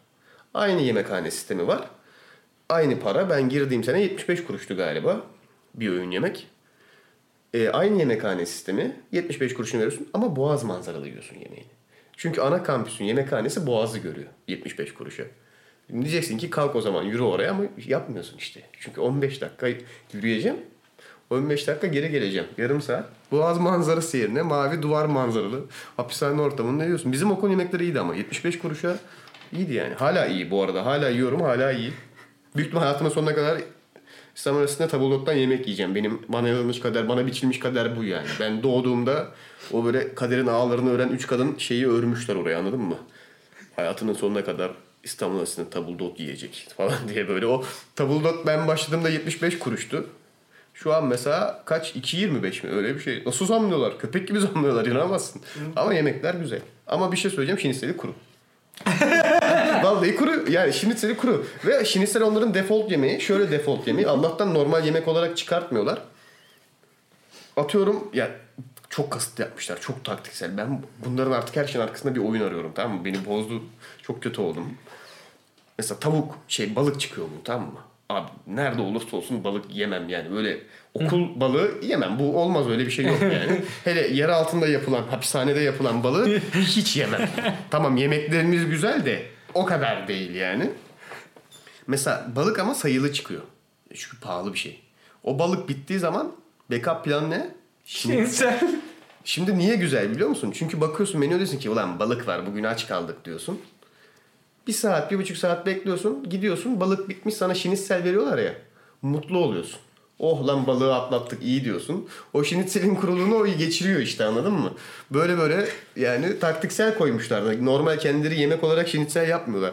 Aynı yemekhane sistemi var. Aynı para. Ben girdiğim sene 75 kuruştu galiba. Bir öğün yemek. Aynı yemekhane sistemi. 75 kuruşunu veriyorsun ama Boğaz manzaralı yiyorsun yemeğini. Çünkü ana kampüsün yemekhanesi Boğaz'ı görüyor 75 kuruşa. Diyeceksin ki kalk o zaman yürü oraya ama yapmıyorsun işte. Çünkü 15 dakika yürüyeceğim. 15 dakika geri geleceğim. Yarım saat. Boğaz manzarası yerine mavi duvar manzaralı hapishane ortamında yiyorsun. Bizim okul yemekleri iyiydi ama 75 kuruşa iyiydi yani. Hala iyi bu arada. Hala yiyorum, hala iyi. Büyük ihtimal hayatımın sonuna kadar İstanbul arasında tabldot'tan yemek yiyeceğim. Bana yazılmış kader, bana biçilmiş kader bu yani. Ben doğduğumda o böyle kaderin ağlarını öğren 3 kadın şeyi örmüşler oraya, anladın mı? Hayatının sonuna kadar İstanbul arasında tabldot yiyecek falan diye böyle. O tabldot ben başladığımda 75 kuruştu. Şu an mesela kaç? 2.25 mi? Öyle bir şey. Nasıl zamlıyorlar? Köpek gibi zamlıyorlar. İnanamazsın. Ama yemekler güzel. Ama bir şey söyleyeceğim. Şinitseli kuru. Vallahi kuru. Yani şinitseli kuru. Ve şinitsel onların default yemeği. Şöyle default yemeği. Allah'tan normal yemek olarak çıkartmıyorlar. Atıyorum ya, çok kasıtlı yapmışlar. Çok taktiksel. Ben bunların artık her şeyin arkasında bir oyun arıyorum. Tamam mı? Beni bozdu. Çok kötü oldum. Mesela balık çıkıyor mu, tamam mı? Abi nerede olursa olsun balık yemem yani. Böyle okul balığı yemem. Bu olmaz, öyle bir şey yok yani. Hele yer altında yapılan, hapishanede yapılan balığı hiç yemem. Tamam, yemeklerimiz güzel de o kadar değil yani. Mesela balık ama sayılı çıkıyor. Çünkü pahalı bir şey. O balık bittiği zaman backup plan ne? Şimdi niye güzel biliyor musun? Çünkü bakıyorsun menüye, diyorsun ki ulan balık var bugün aç kaldık diyorsun. 1 saat, 1,5 saat bekliyorsun. Gidiyorsun, balık bitmiş, sana şinitsel veriyorlar ya. Mutlu oluyorsun. Oh lan balığı atlattık, iyi diyorsun. O şinitselin kuruluğunu o geçiriyor işte, anladın mı? Böyle yani taktiksel koymuşlar. Normal kendileri yemek olarak şinitsel yapmıyorlar.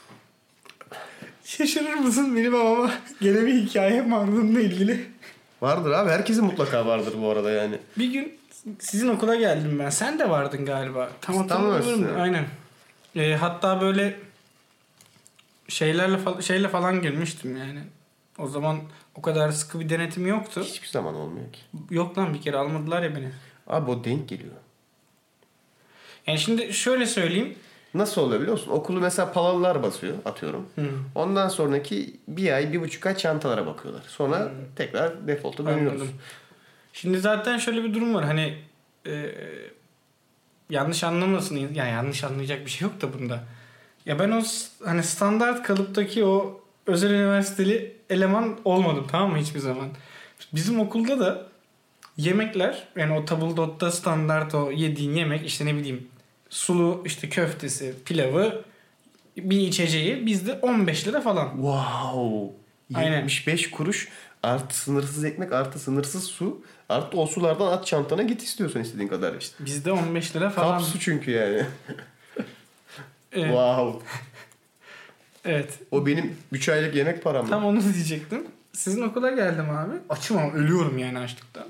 Şaşırır mısın benim ama gene bir hikayem var bununla ilgili. Vardır abi. Herkesin mutlaka vardır bu arada yani. Bir gün sizin okula geldim ben. Sen de vardın galiba. Tam hatırlamıyorum. Aynen. Hatta böyle şeyle falan girmiştim yani. O zaman o kadar sıkı bir denetim yoktu. Hiçbir zaman olmuyor ki. Yok lan, bir kere almadılar ya beni. Abi o denk geliyor. Yani şimdi şöyle söyleyeyim. Nasıl oluyor biliyor musun? Okulu mesela palalılar basıyor, atıyorum. Ondan sonraki 1 ay, 1,5 ay çantalara bakıyorlar. Sonra tekrar default'a dönüyoruz. Anladım. Şimdi zaten şöyle bir durum var. Hani yanlış anlamasın. Yani yanlış anlayacak bir şey yok da bunda. Ya ben o hani standart kalıptaki o özel üniversiteli eleman olmadım, tamam mı, hiçbir zaman. Bizim okulda da yemekler, yani o tabldot'ta standart o yediğin yemek, işte ne bileyim sulu işte köftesi, pilavı, bir içeceği bizde 15 lira falan. Wow. Aynen. 75 kuruş artı sınırsız ekmek artı sınırsız su artı o sulardan at çantana, git istiyorsan istediğin kadar işte. Bizde 15 lira falan. Kap su çünkü yani. Evet. Wow. Evet. O benim 3 aylık yemek param mı? Tam onu diyecektim. Sizin okula geldim abi. Açım ama ölüyorum yani açlıktan.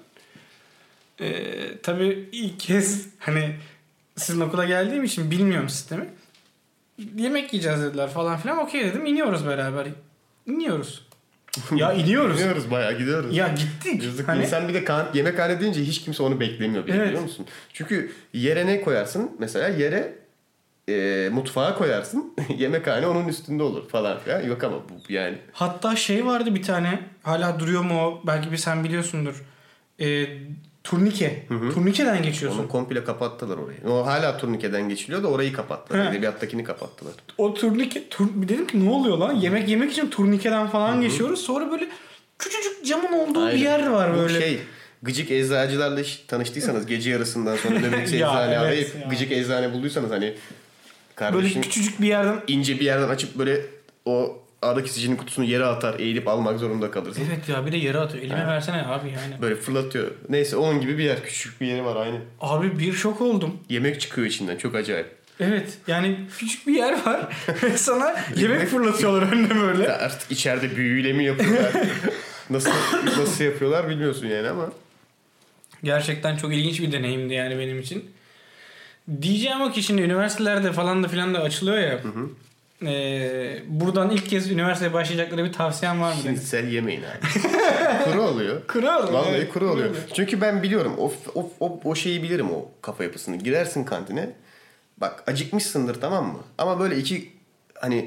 Tabii ilk kez hani sizin okula geldiğim için bilmiyorum sistemi. Yemek yiyeceğiz dediler falan filan. Okey dedim, iniyoruz beraber. İniyoruz. Ya iniyoruz. İniyoruz, bayağı gidiyoruz. Ya gittik. Yazık. Hani... İnsan bir de yemekhane deyince hiç kimse onu beklemiyor bile, evet, biliyor musun? Çünkü yere ne koyarsın? Mesela yere mutfağa koyarsın. Yemekhane onun üstünde olur falan filan. Yok ama bu yani. Hatta şey vardı bir tane. Hala duruyor mu o? Belki bir sen biliyorsundur. Turnike. Hı-hı. Turnikeden geçiyorsun. Onu komple kapattılar orayı. O hala turnikeden geçiliyor da orayı kapattılar. Edebiyattakini kapattılar. O turnike... dedim ki ne oluyor lan? Yemek yemek için turnikeden falan geçiyoruz. Sonra böyle küçücük camın olduğu bir yer var böyle. Bu gıcık eczacılarla tanıştıysanız gece yarısından sonra nöbetçi eczane arayıp gıcık eczane bulduysanız hani kardeşim, böyle küçücük bir yerden, ince bir yerden açıp böyle o ağrı kesicinin kutusunu yere atar, eğilip almak zorunda kalırsın. Evet ya, bir de yere atıyor. Elime versene abi yani. Böyle fırlatıyor. Neyse onun gibi bir yer. Küçük bir yeri var aynı. Abi bir şok oldum. Yemek çıkıyor içinden. Çok acayip. Evet yani küçük bir yer var ve sana yemek fırlatıyorlar önüne böyle. Artık içeride büyüyle mi yapıyorlar? nasıl yapıyorlar bilmiyorsun yani ama. Gerçekten çok ilginç bir deneyimdi yani benim için. Diyeceğim o ki şimdi üniversitelerde falan da filan da açılıyor ya. Hı. Buradan ilk kez üniversiteye başlayacakları bir tavsiyem var mı? Şinitsel yemeyin abi. Kuru oluyor. Kuru oluyor. Vallahi evet, kuru oluyor. Çünkü ben biliyorum o şeyi bilirim, o kafa yapısını. Girersin kantine. Bak acıkmışsındır, tamam mı? Ama böyle hani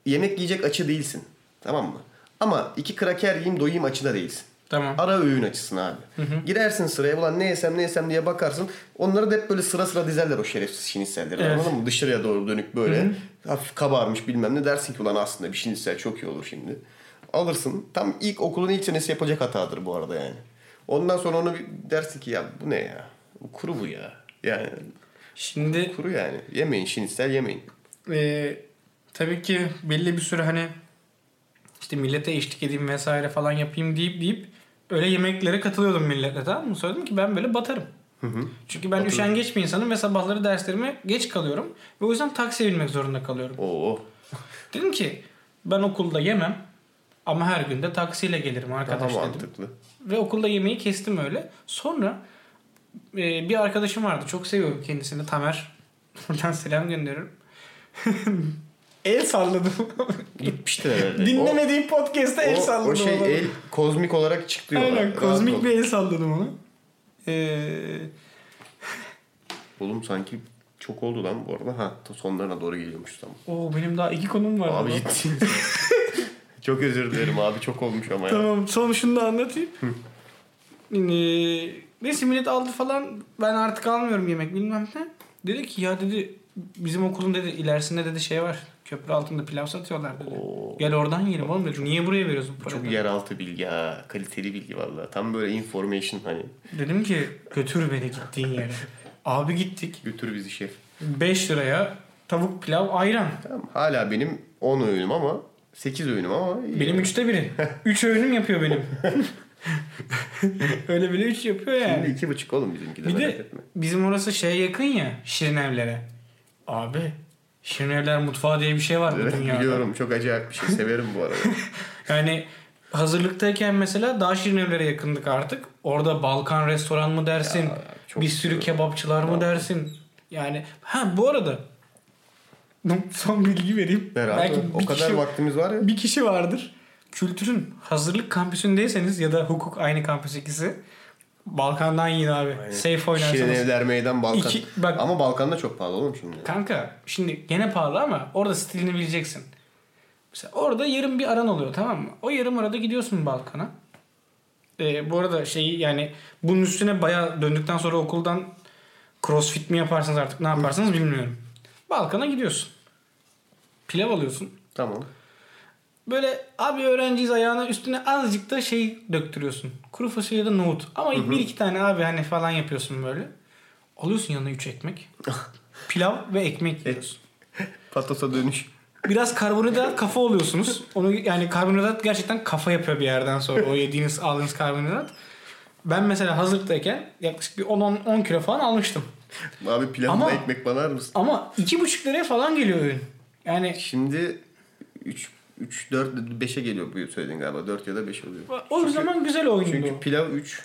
yemek yiyecek açı değilsin. Tamam mı? Ama 2 kraker yiyeyim doyayım açıda değilsin. Tamam. Ara öğün açısın abi. Girersin sıraya, ulan ne yesem diye bakarsın. Onları da hep böyle sıra sıra dizerler o şerefsiz şinitselleri. Evet. Anladın mı? Dışarıya doğru dönük böyle. Hafif kabarmış bilmem ne, dersin ki ulan aslında bir şinitsel çok iyi olur şimdi. Alırsın. Tam okulun ilk senesi yapacak hatadır bu arada yani. Ondan sonra onu dersin ki ya bu ne ya? Kuru bu ya. Yani Şimdi kuru yani. Yemeyin şinitsel yemeyin. tabii ki belli bir süre hani işte millete eşlik edeyim vesaire falan yapayım deyip öyle yemeklere katılıyordum milletle, tamam mı? Söyledim ki ben böyle batarım. Çünkü ben üşengeç bir insanım ve sabahları derslerime geç kalıyorum. Ve o yüzden taksiye binmek zorunda kalıyorum. Oo. Dedim ki ben okulda yemem ama her gün de taksiyle gelirim arkadaş Daha dedim. mantıklı. Ve okulda yemeği kestim öyle. Sonra bir arkadaşım vardı. Çok seviyorum kendisini. Tamer. Buradan selam gönderiyorum. El salladım. Gitmiştir herhalde. Dinlemediğim podcast'ta el salladım. O şey ona. el kozmik olarak çıktı diyorlar. Aynen, Rahat kozmik ol. bir el salladım ona. Oğlum sanki çok oldu lan bu arada. Ha, sonlarına doğru geliyormuş tamam. Benim daha 2 konum var. Abi ciddi. Çok özür dilerim abi, çok olmuş ama ya. Tamam, son şunu da anlatayım. Neyse millet aldı falan. Ben artık almıyorum yemek bilmem ne. Dedi ki ya dedi bizim okulun dedi ilerisinde dedi şey var. Köprü altında pilav satıyorlar dedi. Oo. Gel oradan yiyelim oğlum dedi. Niye buraya veriyorsun parayı? Çok yeraltı bilgi ha. Kaliteli bilgi vallahi. Tam böyle information hani. Dedim ki götür beni gittiğin yere. Abi gittik. Götür bizi şef. 5 liraya tavuk pilav ayran. Tamam. Hala benim 10 öğünüm ama 8 öğünüm ama iyi. Benim 3'te 1'i. 3 öğünüm yapıyor benim. Öyle bile 3 yapıyor yani. Şimdi 2,5 oğlum bizimki de, Bir merak de etme. bizim orası şeye yakın ya, Şirin Evler'e. Abi Şirin Evler mutfağı diye bir şey var bu Evet dünyada. biliyorum, çok acayip bir şey, severim bu arada. Yani hazırlıktayken mesela daha Şirin Evler'e yakındık artık. Orada Balkan restoran mı dersin? Ya, çok Bir sürü güzel. kebapçılar mı dersin? Yani bu arada son bilgi vereyim. Beraber. Belki O kadar vaktimiz var ya. bir kişi vardır. Kültürün hazırlık kampüsündeyseniz ya da hukuk aynı kampüs ikisi. Balkan'dan yiyin abi. Aynen. Safe oynarsanız. Şirin Evler Meydan Balkan. Bak, ama Balkan'da çok pahalı oğlum şimdi. kanka şimdi gene pahalı ama orada stilini bileceksin. Mesela orada yarım bir aran oluyor, tamam mı? O yarım arada gidiyorsun Balkan'a. Bu arada yani bunun üstüne bayağı döndükten sonra okuldan crossfit mi yaparsınız artık ne yaparsanız bilmiyorum. Balkan'a gidiyorsun. Pilav alıyorsun. Tamam. Böyle abi öğrenciyiz ayağına üstüne azıcık da şey döktürüyorsun. Kuru fasulye ya da nohut. Ama ilk bir iki tane abi hani falan yapıyorsun böyle. Alıyorsun yanına 3 ekmek. Pilav ve ekmek yiyorsun. Patosa dönüş. Biraz karbonhidrat kafa oluyorsunuz. Onu yani karbonhidrat gerçekten kafa yapıyor bir yerden sonra. O yediğiniz aldığınız karbonhidrat. Ben mesela hazırlıktayken yaklaşık bir 10 kilo falan almıştım. Abi pilavla ekmek banar mısın? Ama 2,5 liraya falan geliyor öğün. Yani Şimdi 3, 4, 5'e geliyor bu söylediğin galiba. 4 ya da 5 oluyor. o zaman güzel oyundu. Çünkü pilav 3.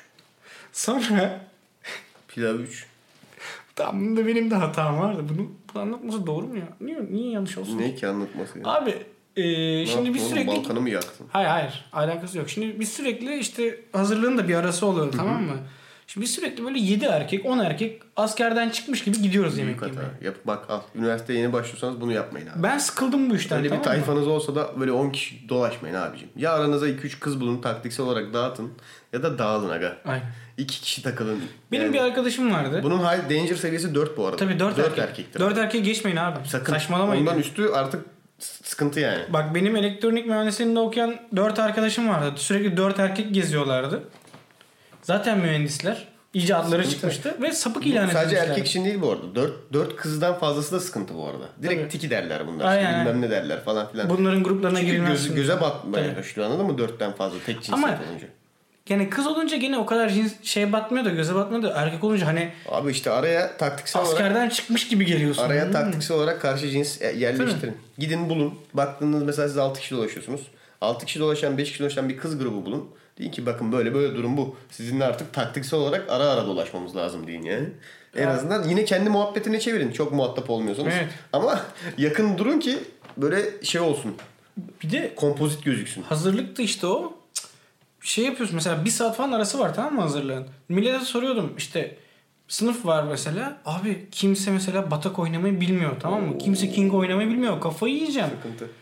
Sonra Pilav 3. tam bunda benim de hatam vardı. Bunu anlatması doğru mu ya? Niye yanlış olsun? Ne ki anlatması ya? Abi şimdi biz sürekli... Balkanı mı yaktın? Hayır. Alakası yok. Şimdi biz sürekli işte hazırlığın da bir arası oluyor, tamam mı? Şimdi biz sürekli böyle 7 erkek 10 erkek askerden çıkmış gibi gidiyoruz yemek Büyük hata. yemeye. Yap, bak al. Üniversiteye yeni başlıyorsanız bunu yapmayın abi. Ben sıkıldım bu işten, Öyle tamam bir mı? tayfanız olsa da böyle 10 kişi dolaşmayın abicim. Ya aranıza 2-3 kız bulun, taktiksel olarak dağıtın ya da dağılın aga. Aynen. 2 kişi takılın. Benim Yani bir arkadaşım vardı. bunun danger seviyesi 4 bu arada. Tabii 4 erkektir. 4 erkeğe geçmeyin abi. Sakın. Saçmalamayın. Ondan üstü artık sıkıntı yani. Bak benim elektronik mühendisliğinde okuyan 4 arkadaşım vardı. Sürekli 4 erkek geziyorlardı. Zaten mühendisler. İyice adları Sıkıntı. çıkmıştı ve sapık ilan etmişler. Sadece erkek için değil bu arada. 4 kızdan fazlası da sıkıntı bu arada. Direkt Tabii. tiki derler bunlar. Aynen. İşte bilmem ne derler falan filan. Bunların gruplarına Çünkü girilmez. göze batmaya Tabii. başlıyor, anladın mı? 4'ten fazla tek cinsiyet Ama olunca. yani kız olunca gene o kadar batmıyor da göze batmıyor da erkek olunca hani Abi işte araya taktiksel olarak askerden çıkmış gibi geliyorsun. araya taktiksel olarak karşı cins yerleştirin. Gidin bulun. Baktığınız mesela siz 6 kişi dolaşıyorsunuz. 6 kişi dolaşan 5 kişi dolaşan bir kız grubu bulun. Deyin ki bakın böyle durum bu. Sizinle artık taktiksel olarak ara ara dolaşmamız lazım deyin yani. En azından yine kendi muhabbetine çevirin. Çok muhatap olmuyorsanız. Evet. Ama yakın durun ki böyle şey olsun. Bir de Kompozit gözüksün. hazırlıkta işte o şey yapıyorsun mesela 1 saat falan arası var, tamam mı hazırlığın? Millete soruyordum işte sınıf var mesela. Abi kimse mesela batak oynamayı bilmiyor, tamam mı? Kimse king oynamayı bilmiyor. Kafayı yiyeceğim. Sıkıntı.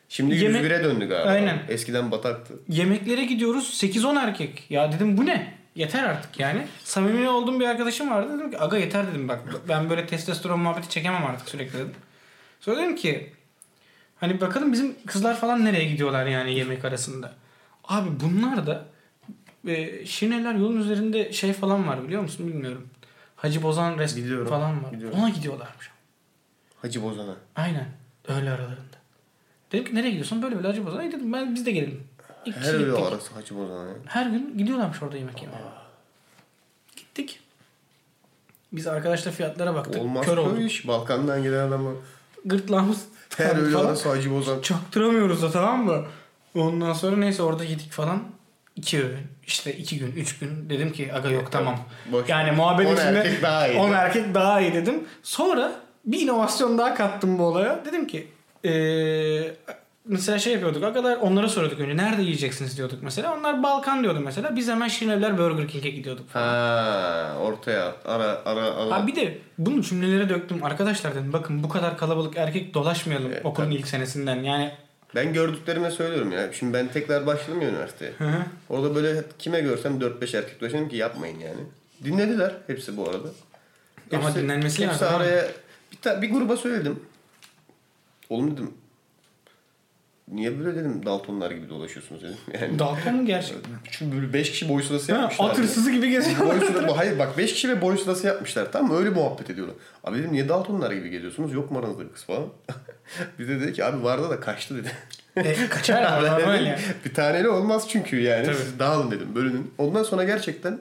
Şimdi 101'e döndü galiba. Aynen. Eskiden bataktı. Yemeklere gidiyoruz 8-10 erkek. Ya dedim bu ne? Yeter artık yani. Samimi olduğum bir arkadaşım vardı. Dedim ki aga yeter dedim bak. Ben böyle testosteron muhabbeti çekemem artık sürekli dedim. Sonra dedim ki hani bakalım bizim kızlar falan nereye gidiyorlar yani yemek arasında. Abi bunlar da Şirinevler yolun üzerinde şey falan var biliyor musun bilmiyorum. Hacı Bozan Biliyorum, falan var. biliyorum. Ona gidiyorlarmış. Hacı Bozan'a. Aynen. Öğle aralarında. Dedim ki nereye gidiyorsun? Böyle Hacı Bozan'a. Dedim ben biz de gelelim. Her öyle arası Hacı Bozan'a ya. Her gün gidiyorlarmış orada yemek yemeye. Gittik. Biz arkadaşla fiyatlara baktık. Olmaz Kör olduk. böyle iş. Balkan'dan gelen adamı. Gırtlağımız Her öyle falan. arası Hacı Bozan. Çaktıramıyoruz da tamam mı? Ondan sonra neyse orada yedik falan. 2 öğün. İşte 2 gün, 3 gün. Dedim ki aga yok tamam. Boş. Yani muhabbet 10 içinde erkek daha iyi. 10 erkek daha iyi dedim. Sonra bir inovasyon daha kattım bu olaya. Dedim ki mesela şey yapıyorduk. Agalar onlara soruyorduk önce. Nerede yiyeceksiniz diyorduk mesela. Onlar Balkan diyordu mesela. Biz hemen Şirinevler Burger King'e gidiyorduk falan. Ha, ortaya ara. Ha bir de bunu cümlelere döktüm. Arkadaşlar dedim bakın bu kadar kalabalık erkek dolaşmayalım okulun tabii. ilk senesinden. Yani Ben gördüklerime söylüyorum ya. Şimdi ben tekrar başladım ya üniversiteye. Orada böyle kime görsem 4-5 erkek dolaşıyorum ki yapmayın yani. Dinlediler hepsi bu arada. Ama dinlenmesi hepsi lazım. araya bir gruba söyledim. Oğlum dedim. Niye böyle dedim Daltonlar gibi dolaşıyorsunuz dedim. Yani Dalton mu gerçekten? çünkü böyle 5 kişi boy sırası Ha, yapmışlar. at hırsızı gibi geziyorlar. Hayır bak 5 kişi ve boy sırası yapmışlar tamam mı? Öyle muhabbet ediyorlar. Abi dedim niye Daltonlar gibi geziyorsunuz? Yok mu aranızda bir kız falan? Bir de dedi ki abi vardı da kaçtı dedi. Kaçar ama normal ya. Bir taneyle olmaz çünkü yani. Tabii. Siz dağılın dedim bölünün. Ondan sonra gerçekten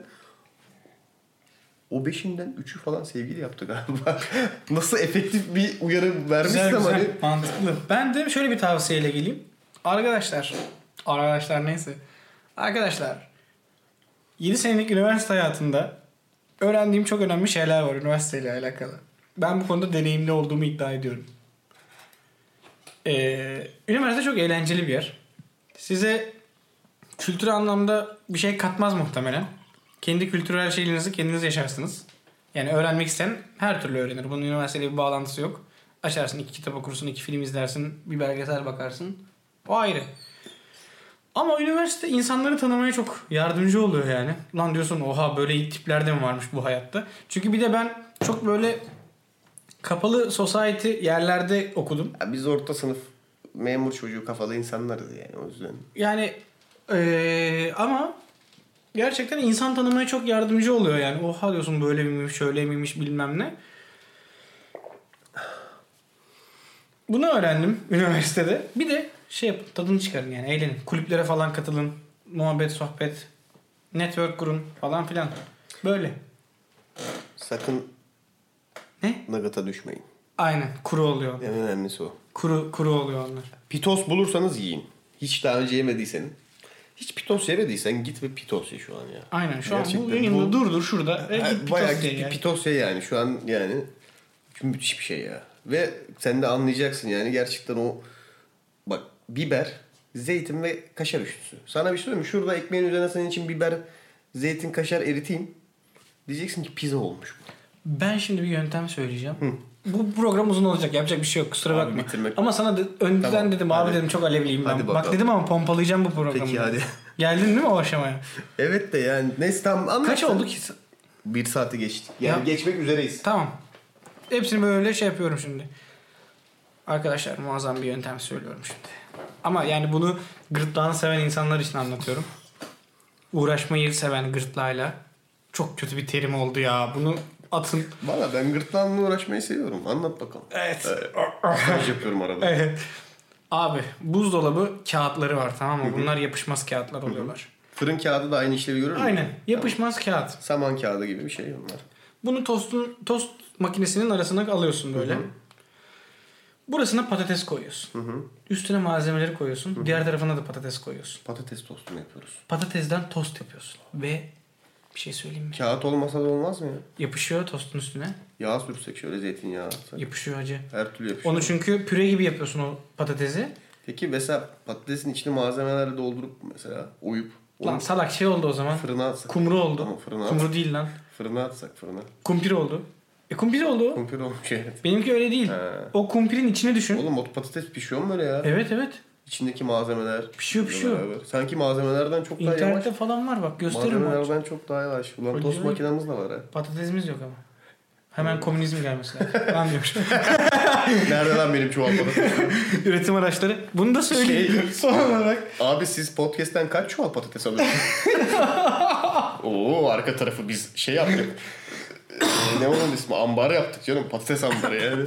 o 5'inden 3'ü falan sevgili yaptı galiba. Nasıl efektif bir uyarı vermişsem Güzel, hani. mantıklı. Ben de şöyle bir tavsiyeyle geleyim. Arkadaşlar neyse. Arkadaşlar 7 senelik üniversite hayatında öğrendiğim çok önemli şeyler var üniversiteyle alakalı. Ben bu konuda deneyimli olduğumu iddia ediyorum. Üniversite çok eğlenceli bir yer. Size kültürel anlamda bir şey katmaz muhtemelen. Kendi kültürel şeylerinizi kendiniz yaşarsınız. Yani öğrenmek isteyen her türlü öğrenir. Bunun üniversiteyle bir bağlantısı yok. Açarsın 2 kitap okursun, 2 film izlersin, bir belgesel bakarsın. O ayrı. Ama üniversite insanları tanımaya çok yardımcı oluyor yani. Lan diyorsun oha böyle tipler de mi varmış bu hayatta? Çünkü bir de ben çok böyle kapalı society yerlerde okudum. Ya biz orta sınıf memur çocuğu kafalı insanlarız yani o yüzden. Yani ama gerçekten insan tanımaya çok yardımcı oluyor yani. Oha diyorsun böyle miymiş, şöyle miymiş bilmem ne. Bunu öğrendim üniversitede. Bir de şey yapın, tadını çıkarın yani eğlenin. Kulüplere falan katılın. Muhabbet, sohbet, network kurun falan filan. Böyle. Sakın Ne? nugget'a düşmeyin. Aynen. Kuru oluyor. En önemlisi o. Kuru oluyor onlar. Pitos bulursanız yiyin. Hiç daha önce yemediysen. Hiç pitos yemediysen git ve pitos ye şu an ya. Aynen. Şu Gerçekten an bu yanımda dur şurada. Bayağı Pitos git ye bir yani. pitos ye yani. Şu an yani müthiş bir şey ya. Ve sen de anlayacaksın yani gerçekten o bak biber, zeytin ve kaşar üçlüsü. Sana bir şey söyleyeyim mi? Şurada ekmeğin üzerine senin için biber, zeytin, kaşar eriteyim. Diyeceksin ki pizza olmuş bu. Ben şimdi bir yöntem söyleyeceğim. Bu program uzun olacak. Yapacak bir şey yok. Kusura Abi bakma. bitirmek- Ama sana önceden Tamam, dedim abi hadi. dedim çok alevliyim ben. Hadi Bak bakalım. dedim ama pompalayacağım bu programı. Peki hadi. Geldin değil mi o aşamaya? Evet de yani neyse tamam anlat. Kaç oldu ki? 1 saati geçtik. Yani Ya- geçmek üzereyiz. Tamam. Hepsini böyle şey yapıyorum şimdi. Arkadaşlar muazzam bir yöntem söylüyorum şimdi. Ama yani bunu gırtlağını seven insanlar için anlatıyorum. Uğraşmayı seven gırtlağıyla. Çok kötü bir terim oldu ya. Bunu atın. Valla ben gırtlağımla uğraşmayı seviyorum. Anlat bakalım. Evet. Mesaj yapıyorum arada. Evet. Abi buzdolabı kağıtları var tamam mı? Bunlar yapışmaz kağıtlar oluyorlar. Fırın kağıdı da aynı işlevi görür mü? Aynen. Yapışmaz kağıt. Saman kağıdı gibi bir şey onlar. Bunu tost makinesinin arasına alıyorsun böyle. Burasına patates koyuyorsun. Üstüne malzemeleri koyuyorsun. Diğer tarafına da patates koyuyorsun. Patates tostu mu yapıyoruz? Patatesden tost yapıyorsun. Ve bir şey söyleyeyim mi? Kağıt olmasa da olmaz mı ya? Yapışıyor tostun üstüne. Yağ sürsek şöyle zeytinyağı atsak. Yapışıyor acı. Her türlü yapışıyor. Onu çünkü püre gibi yapıyorsun o patatesi. Peki mesela patatesin içini malzemelerle doldurup mesela oyup Lan salak şey oldu o zaman. fırına atsak. Kumru oldu. Tamam, fırına Kumru at. değil lan. Fırına atsak fırına. Kumpir oldu. Kumpir oldu. Kumpir olmuş evet. Benimki öyle değil. He. O kumpirin içine düşün. Oğlum o patates pişiyor mu öyle ya? Evet. İçindeki malzemeler. Pişiyor. Beraber. Sanki malzemelerden çok daha yavaş. İnternette falan var bak, gösteririm. Malzemelerden çok daha yavaş. Ulan tost makinamız da var ha. Patatesimiz yok ama. Hemen komünizm gelmesi lazım. Anlıyor. Nerede lan benim çuval patates? Üretim araçları. Bunu da söyleyeyim. Son olarak. Abi siz podcast'ten kaç çuval patates alıyorsunuz? Oo, arka tarafı biz şey yaptık. Ne onun ismi? Ambar yaptık canım. Patates ambarı yani.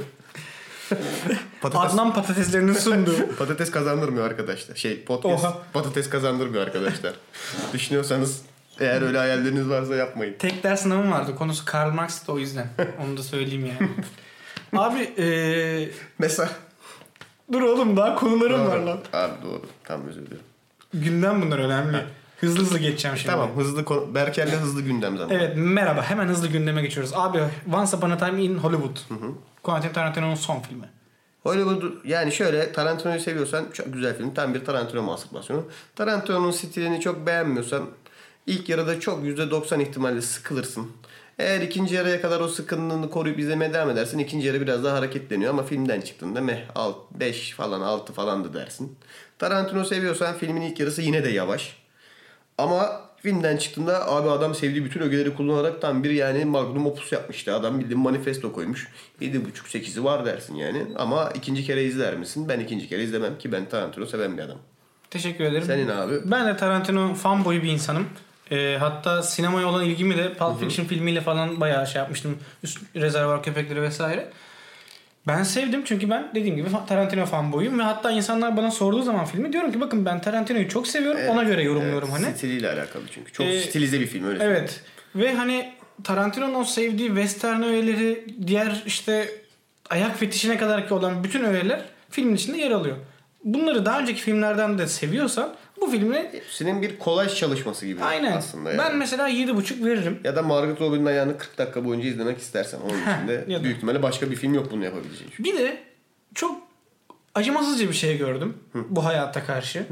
Adnan patateslerinin sunduğu. Patates kazandırmıyor arkadaşlar. Podcast patates kazandırmıyor arkadaşlar. Düşünüyorsanız eğer öyle hayalleriniz varsa yapmayın. Tek ders sınavım vardı. Konusu Karl Marx'tı, o yüzden. Onu da söyleyeyim yani. Abi Mesela. dur oğlum, daha konularım Doğru. var lan. Abi doğru. Tam özür dilerim. Gündem bunlar önemli. Hızlı geçeceğim şimdi. Tamam, Berker'le hızlı gündem zamanı. Evet, merhaba. Hemen hızlı gündeme geçiyoruz. Abi, Once Upon a Time in Hollywood. Quentin Tarantino'nun son filmi. Hollywood, yani şöyle, Tarantino'yu seviyorsan çok güzel film. Tam bir Tarantino mastürbasyonu. Tarantino'nun stilini çok beğenmiyorsan ilk yarıda çok %90 ihtimalle sıkılırsın. Eğer ikinci yarıya kadar o sıkıntını koruyup izlemeye devam edersin, ikinci yarı biraz daha hareketleniyor ama filmden çıktığında 5 falan 6 falan da dersin. Tarantino seviyorsan filmin ilk yarısı yine de yavaş. Ama filmden çıktığında abi adam sevdiği bütün ögeleri kullanarak tam bir yani magnum opus yapmıştı. Adam bildiğin manifesto koymuş. 7,5-8'i var dersin yani. Ama ikinci kere izler misin? Ben ikinci kere izlemem ki ben Tarantino seven bir adam. Teşekkür ederim. Senin abi? Ben de Tarantino fanboyu bir insanım. Hatta sinemaya olan ilgimi de Pulp Fiction filmiyle falan bayağı şey yapmıştım. Rezervuar Köpekleri vesaire. Ben sevdim çünkü ben dediğim gibi Tarantino fanboyum ve hatta insanlar bana sorduğu zaman filmi diyorum ki bakın ben Tarantino'yu çok seviyorum, ona göre yorumluyorum hani. Stiliyle alakalı çünkü. Çok stilize bir film öyle. Evet. Ve hani Tarantino'nun o sevdiği western öğeleri, diğer işte ayak fetişine kadar ki olan bütün öğeler filmin içinde yer alıyor. Bunları daha önceki filmlerden de seviyorsan bu filmi... Hepsinin bir kolaj çalışması gibi aslında yani. Ben mesela 7,5 veririm. Ya da Margot Robbie'nin ayağını 40 dakika boyunca izlemek istersen onun içinde büyük ihtimalle başka bir film yok bunu yapabileceğin. Bir de çok acımasızca bir şey gördüm bu hayata karşı.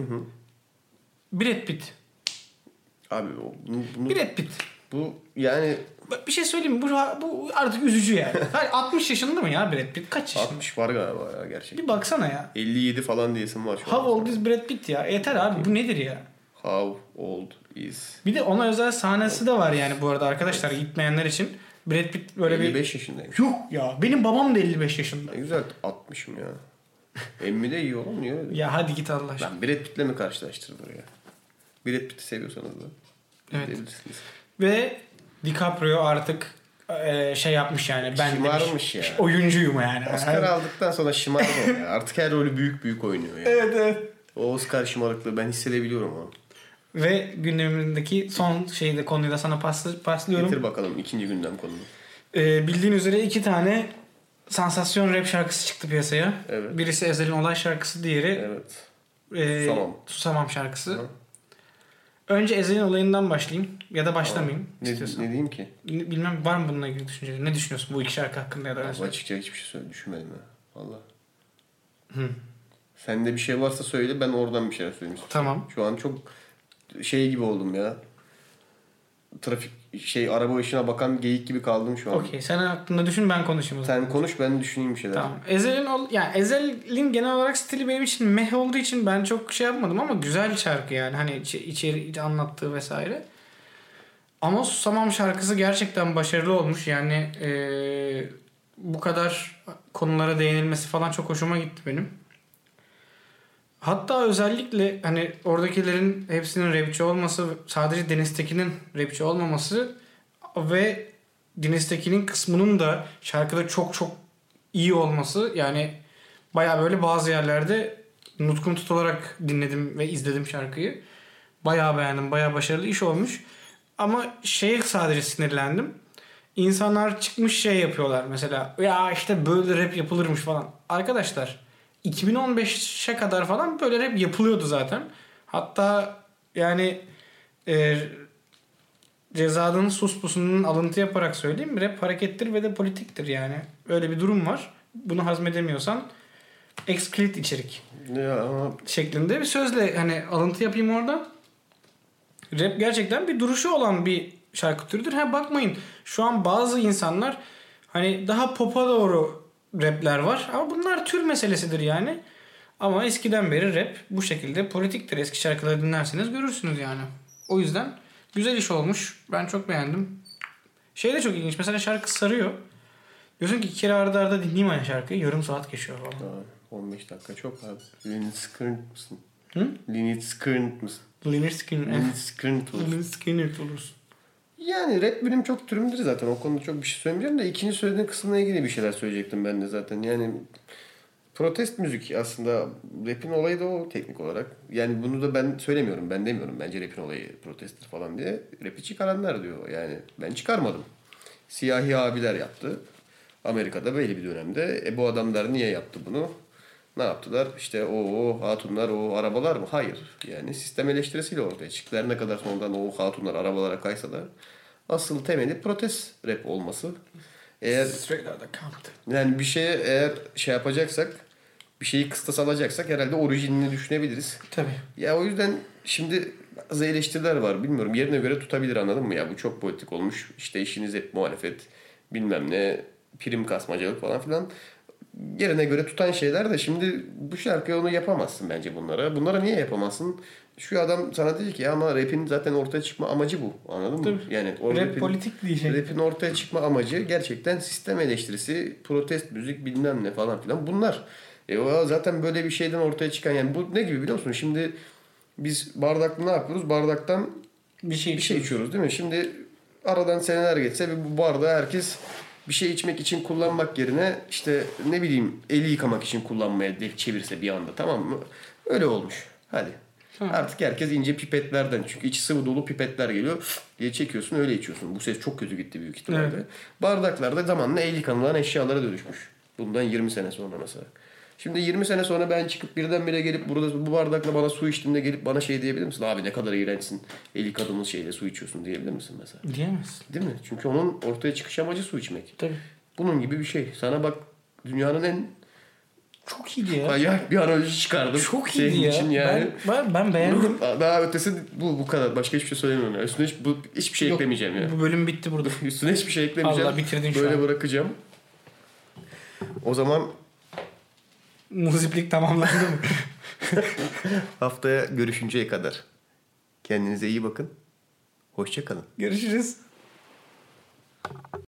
Brad Pitt. Abi Brad Pitt. Bu yani... Bir şey söyleyeyim mi? Bu artık üzücü yani. 60 yaşında mı ya Brad Pitt? Kaç yaşında? 60 var galiba ya gerçekten. Bir baksana ya. 57 falan diyesim var şu How an. old is Brad Pitt ya? Yeter abi, bu nedir ya? How old is... Bir de ona özel sahnesi de var yani bu arada arkadaşlar, gitmeyenler için. Brad Pitt böyle 55 yaşındaymış. Yok ya, benim babam da 55 yaşında. Ne güzel 60'ım ya. Emmi de iyi oğlum, niye öyle? Ya hadi git Allah aşkına. Ben Brad Pitt'le mi karşılaştırılır ya? Brad Pitt'i seviyorsanız da. Evet. Ve DiCaprio artık şey yapmış yani. Ben şımarmış demiş, ya. Oyuncuyum yani. Oscar aldıktan sonra şımardı o ya. Artık her rolü büyük oynuyor yani. Evet. O Oscar şımarıklığı ben hissedebiliyorum onu. Ve gündemimdeki son konuyu da sana paslıyorum. Getir bakalım ikinci gündem konunu. Bildiğin üzere 2 tane sansasyon rap şarkısı çıktı piyasaya. Evet. Birisi Ezel'in Olay şarkısı, diğeri Susamam şarkısı. Hı. Önce Ezel'in Olayı'ndan başlayayım ya da başlamayayım istiyorsan. Ne diyeyim ki? Bilmem, var mı bununla ilgili düşünceler? Ne düşünüyorsun bu iki şarkı hakkında ya da öyle? Açıkça hiçbir şey düşünmedim ya. Valla. Sende bir şey varsa söyle, ben oradan bir şeyler söyleyeyim. Tamam. Şu an çok şey gibi oldum ya. Trafik araba ışığına bakan geyik gibi kaldım şu an. Okey, sen hakkında düşün, ben konuşayım o zaman. Sen konuş, ben düşüneyim bir şeyler. Tamam. Ezel'in genel olarak stili benim için meh olduğu için ben çok şey yapmadım ama güzel şarkı yani. Hani içeri anlattığı vesaire. Ama Susamam şarkısı gerçekten başarılı olmuş. Yani bu kadar konulara değinilmesi falan çok hoşuma gitti benim. Hatta özellikle hani oradakilerin hepsinin rapçi olması, sadece Deniz Tekin'in rapçi olmaması ve Deniz Tekin'in kısmının da şarkıda çok iyi olması, yani bayağı böyle bazı yerlerde nutkum tutularak dinledim ve izledim şarkıyı. Bayağı beğendim, bayağı başarılı iş olmuş. Ama sadece sinirlendim. İnsanlar çıkmış yapıyorlar mesela, ya işte böyle rap yapılırmış falan. Arkadaşlar 2015'e kadar falan böyle rap yapılıyordu zaten. Hatta yani Ceza'nın Sus Pusu'nun alıntı yaparak söyleyeyim. Rap harekettir ve de politiktir yani. Öyle bir durum var. Bunu hazmedemiyorsan explicit içerik Ya. şeklinde bir sözle hani alıntı yapayım orada. Rap gerçekten bir duruşu olan bir şarkı türüdür. Bakmayın, şu an bazı insanlar hani daha pop'a doğru rapler var ama bunlar tür meselesidir yani. Ama eskiden beri rap bu şekilde politiktir. Eski şarkıları dinlerseniz görürsünüz yani. O yüzden güzel iş olmuş. Ben çok beğendim. Şey de çok ilginç. Mesela şarkı sarıyor. Diyorsun ki 2 kere arda arda dinleyeyim aynı şarkıyı. Yarım saat geçiyor falan. 15 dakika çok abi. Lynyrd Skynyrd mısın? Hı? Lynyrd Skynyrd mısın? Lynyrd Skynyrd. Lynyrd Skynyrd olsun. Lynyrd Skynyrd olursun. Yani rap benim çok türümdür zaten. O konuda çok bir şey söylemeyeceğim de ikinci söylediğin kısımla ilgili bir şeyler söyleyecektim ben de zaten. Yani protest müzik aslında rap'in olayı da o teknik olarak. Yani bunu da ben söylemiyorum. Ben demiyorum. Bence rap'in olayı protesttir falan diye. Rap'i çıkaranlar diyor. Yani ben çıkarmadım. Siyahi abiler yaptı. Amerika'da belli bir dönemde. Bu adamlar niye yaptı bunu? Ne yaptılar? İşte o hatunlar, o arabalar mı? Hayır. Yani sistem eleştirisiyle ortaya çıktılar. Ne kadar sonradan o hatunlar arabalara kaysa da asıl temeli protest rap olması. Eğer Straight Outta Compton. yani bir şeye eğer şey yapacaksak, bir şeyi kıstas alacaksak herhalde orijinini düşünebiliriz. Tabii. Ya o yüzden şimdi bazı eleştiriler var. Bilmiyorum yerine göre tutabilir, anladın mı? Ya bu çok politik olmuş. İşte işiniz hep muhalefet, bilmem ne, prim kasmacılık falan filan. Yerine göre tutan şeyler de şimdi bu şarkıya onu yapamazsın bence bunlara. Bunlara niye yapamazsın? Şu adam sana dedi ki ya ama rap'in zaten ortaya çıkma amacı bu. Anladın mı? Tabii. Yani o Rap politik diyecek. Rap'in ortaya çıkma amacı gerçekten sistem eleştirisi, protest müzik bilmem ne falan filan bunlar. O zaten böyle bir şeyden ortaya çıkan, yani bu ne gibi biliyor musun? Şimdi biz bardakla ne yapıyoruz? Bardaktan Bir şey bir şey içiyoruz değil mi? Şimdi aradan seneler geçse ve bu bardağı herkes bir şey içmek için kullanmak yerine işte ne bileyim eli yıkamak için kullanmaya çevirse bir anda, tamam mı? Öyle olmuş. Hadi. Artık herkes ince pipetlerden, çünkü içi sıvı dolu pipetler geliyor diye çekiyorsun, öyle içiyorsun. Bu ses çok kötü gitti büyük ihtimalle. Evet. Bardaklar da zamanla el yıkanılan eşyalara dönüşmüş. Bundan 20 sene sonra mesela. Şimdi 20 sene sonra ben çıkıp birdenbire gelip burada bu bardakla bana su içtiğimde gelip bana şey diyebilir misin? Abi ne kadar iğrençsin. El yıkadığımız şeyle su içiyorsun diyebilir misin mesela? Diyemezsin. Değil mi? Çünkü onun ortaya çıkış amacı su içmek. Tabii. Bunun gibi bir şey. Sana bak, dünyanın en Çok iyiydi ya. acayip bir analoji çıkardım. Çok Senin iyiydi ya. için yani. Ben beğendim. Daha ötesi bu kadar. Başka hiçbir şey söylemiyorum. Ya. Üstüne hiçbir şey Yok, eklemeyeceğim ya. Bu bölüm bitti burada. Üstüne hiçbir şey eklemeyeceğim. Allah, bitirdin şu Böyle an. bırakacağım. O zaman Muziplik tamamlandı mı? haftaya görüşünceye kadar kendinize iyi bakın. Hoşça kalın. Görüşürüz.